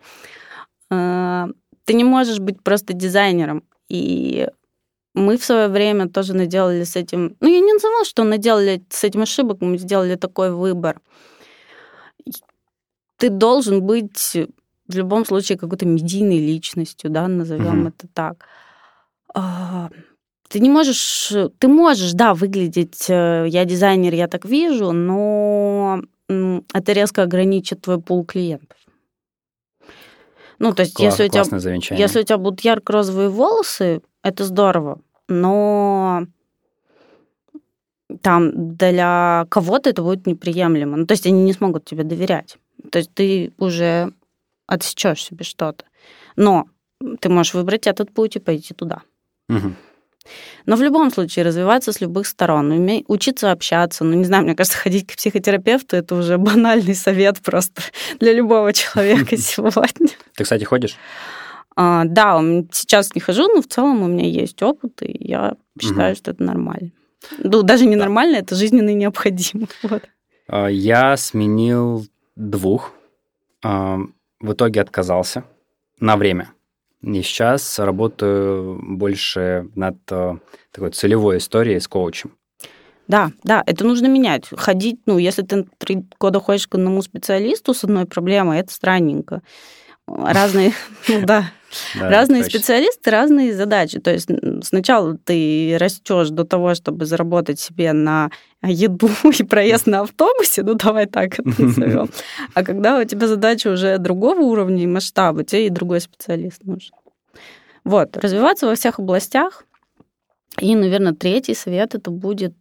S2: Ты не можешь быть просто дизайнером. И мы в свое время тоже наделали с этим... Ну, я не назову, что наделали с этим ошибок, мы сделали такой выбор. Ты должен быть... в любом случае какой-то медийной личностью, да, назовем uh-huh. это так. Ты не можешь, ты можешь, да, выглядеть, я дизайнер, я так вижу, но это резко ограничит твой пул клиентов. Ну, то есть,
S1: Класс,
S2: если, у тебя, если у тебя будут ярко-розовые волосы, это здорово, но там для кого-то это будет неприемлемо. Ну, то есть, они не смогут тебе доверять. То есть, ты уже отсечешь себе что-то. Но ты можешь выбрать этот путь и пойти туда.
S1: Угу.
S2: Но в любом случае развиваться с любых сторон, уметь, учиться общаться. Ну, не знаю, мне кажется, ходить к психотерапевту — это уже банальный совет просто для любого человека сегодня.
S1: Ты, кстати, ходишь?
S2: А, да, сейчас не хожу, но в целом у меня есть опыт, и я считаю, угу. что это нормально. Ну, даже не да. нормально, это жизненно необходимо. Вот.
S1: Я сменил двух. В итоге отказался на время. И сейчас работаю больше над такой целевой историей с коучем.
S2: Да, да, это нужно менять. Ходить, ну, если ты три года ходишь к одному специалисту с одной проблемой, это странненько. Разные, ну да, да, разные специалисты, разные задачи. То есть сначала ты растешь до того, чтобы заработать себе на еду и проезд на автобусе, ну давай так это назовем. А когда у тебя задача уже другого уровня и масштаба, тебе и другой специалист нужен. Вот, развиваться во всех областях. И, наверное, третий совет — это будет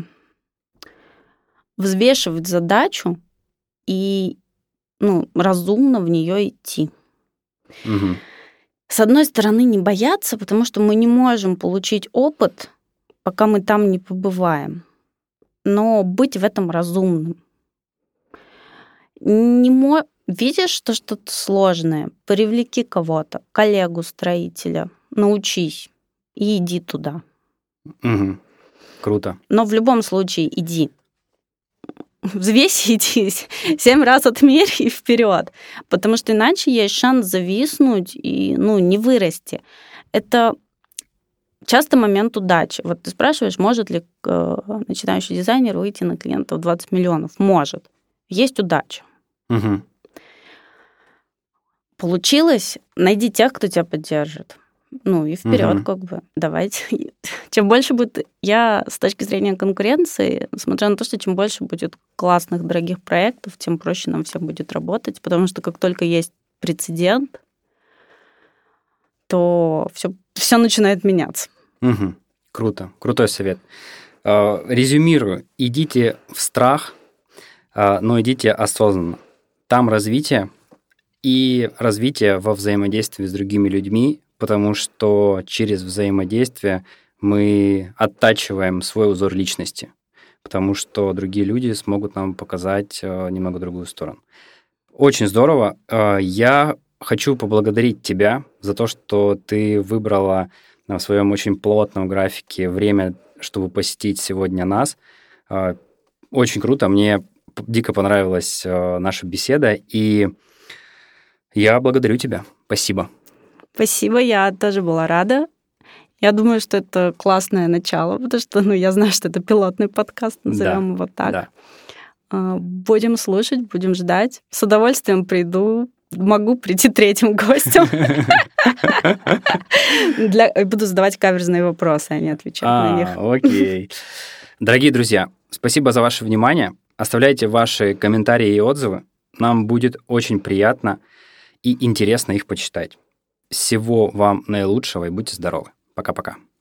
S2: взвешивать задачу и ну, разумно в нее идти.
S1: Угу.
S2: С одной стороны, не бояться, потому что мы не можем получить опыт, пока мы там не побываем. Но быть в этом разумным. Не мо... Видишь, что что-то сложное, привлеки кого-то, коллегу-строителя, научись и иди туда.
S1: Угу. Круто.
S2: Но в любом случае иди. взвесить, семь раз отмерь и вперед, потому что иначе есть шанс зависнуть и, ну, не вырасти. Это часто момент удачи. Вот ты спрашиваешь, может ли э, начинающий дизайнер выйти на клиентов двадцать миллионов? Может. Есть удача.
S1: Угу.
S2: Получилось, найди тех, кто тебя поддержит. Ну и вперед, угу. как бы. Давайте. Чем больше будет... Я с точки зрения конкуренции, смотря на то, что чем больше будет классных, дорогих проектов, тем проще нам всем будет работать, потому что как только есть прецедент, то все, все начинает меняться.
S1: Угу. Круто. Крутой совет. Резюмирую. Идите в страх, но идите осознанно. Там развитие и развитие во взаимодействии с другими людьми, потому что через взаимодействие мы оттачиваем свой узор личности, потому что другие люди смогут нам показать немного другую сторону. Очень здорово. Я хочу поблагодарить тебя за то, что ты выбрала в своем очень плотном графике время, чтобы посетить сегодня нас. Очень круто. Мне дико понравилась наша беседа, и я благодарю тебя. Спасибо.
S2: Спасибо, я тоже была рада. Я думаю, что это классное начало, потому что, ну, я знаю, что это пилотный подкаст, назовем да, его так. Да. Будем слушать, будем ждать. С удовольствием приду. Могу прийти третьим гостем. Буду задавать каверзные вопросы, а не отвечать на них.
S1: Окей. Дорогие друзья, спасибо за ваше внимание. Оставляйте ваши комментарии и отзывы. Нам будет очень приятно и интересно их почитать. Всего вам наилучшего и будьте здоровы. Пока-пока.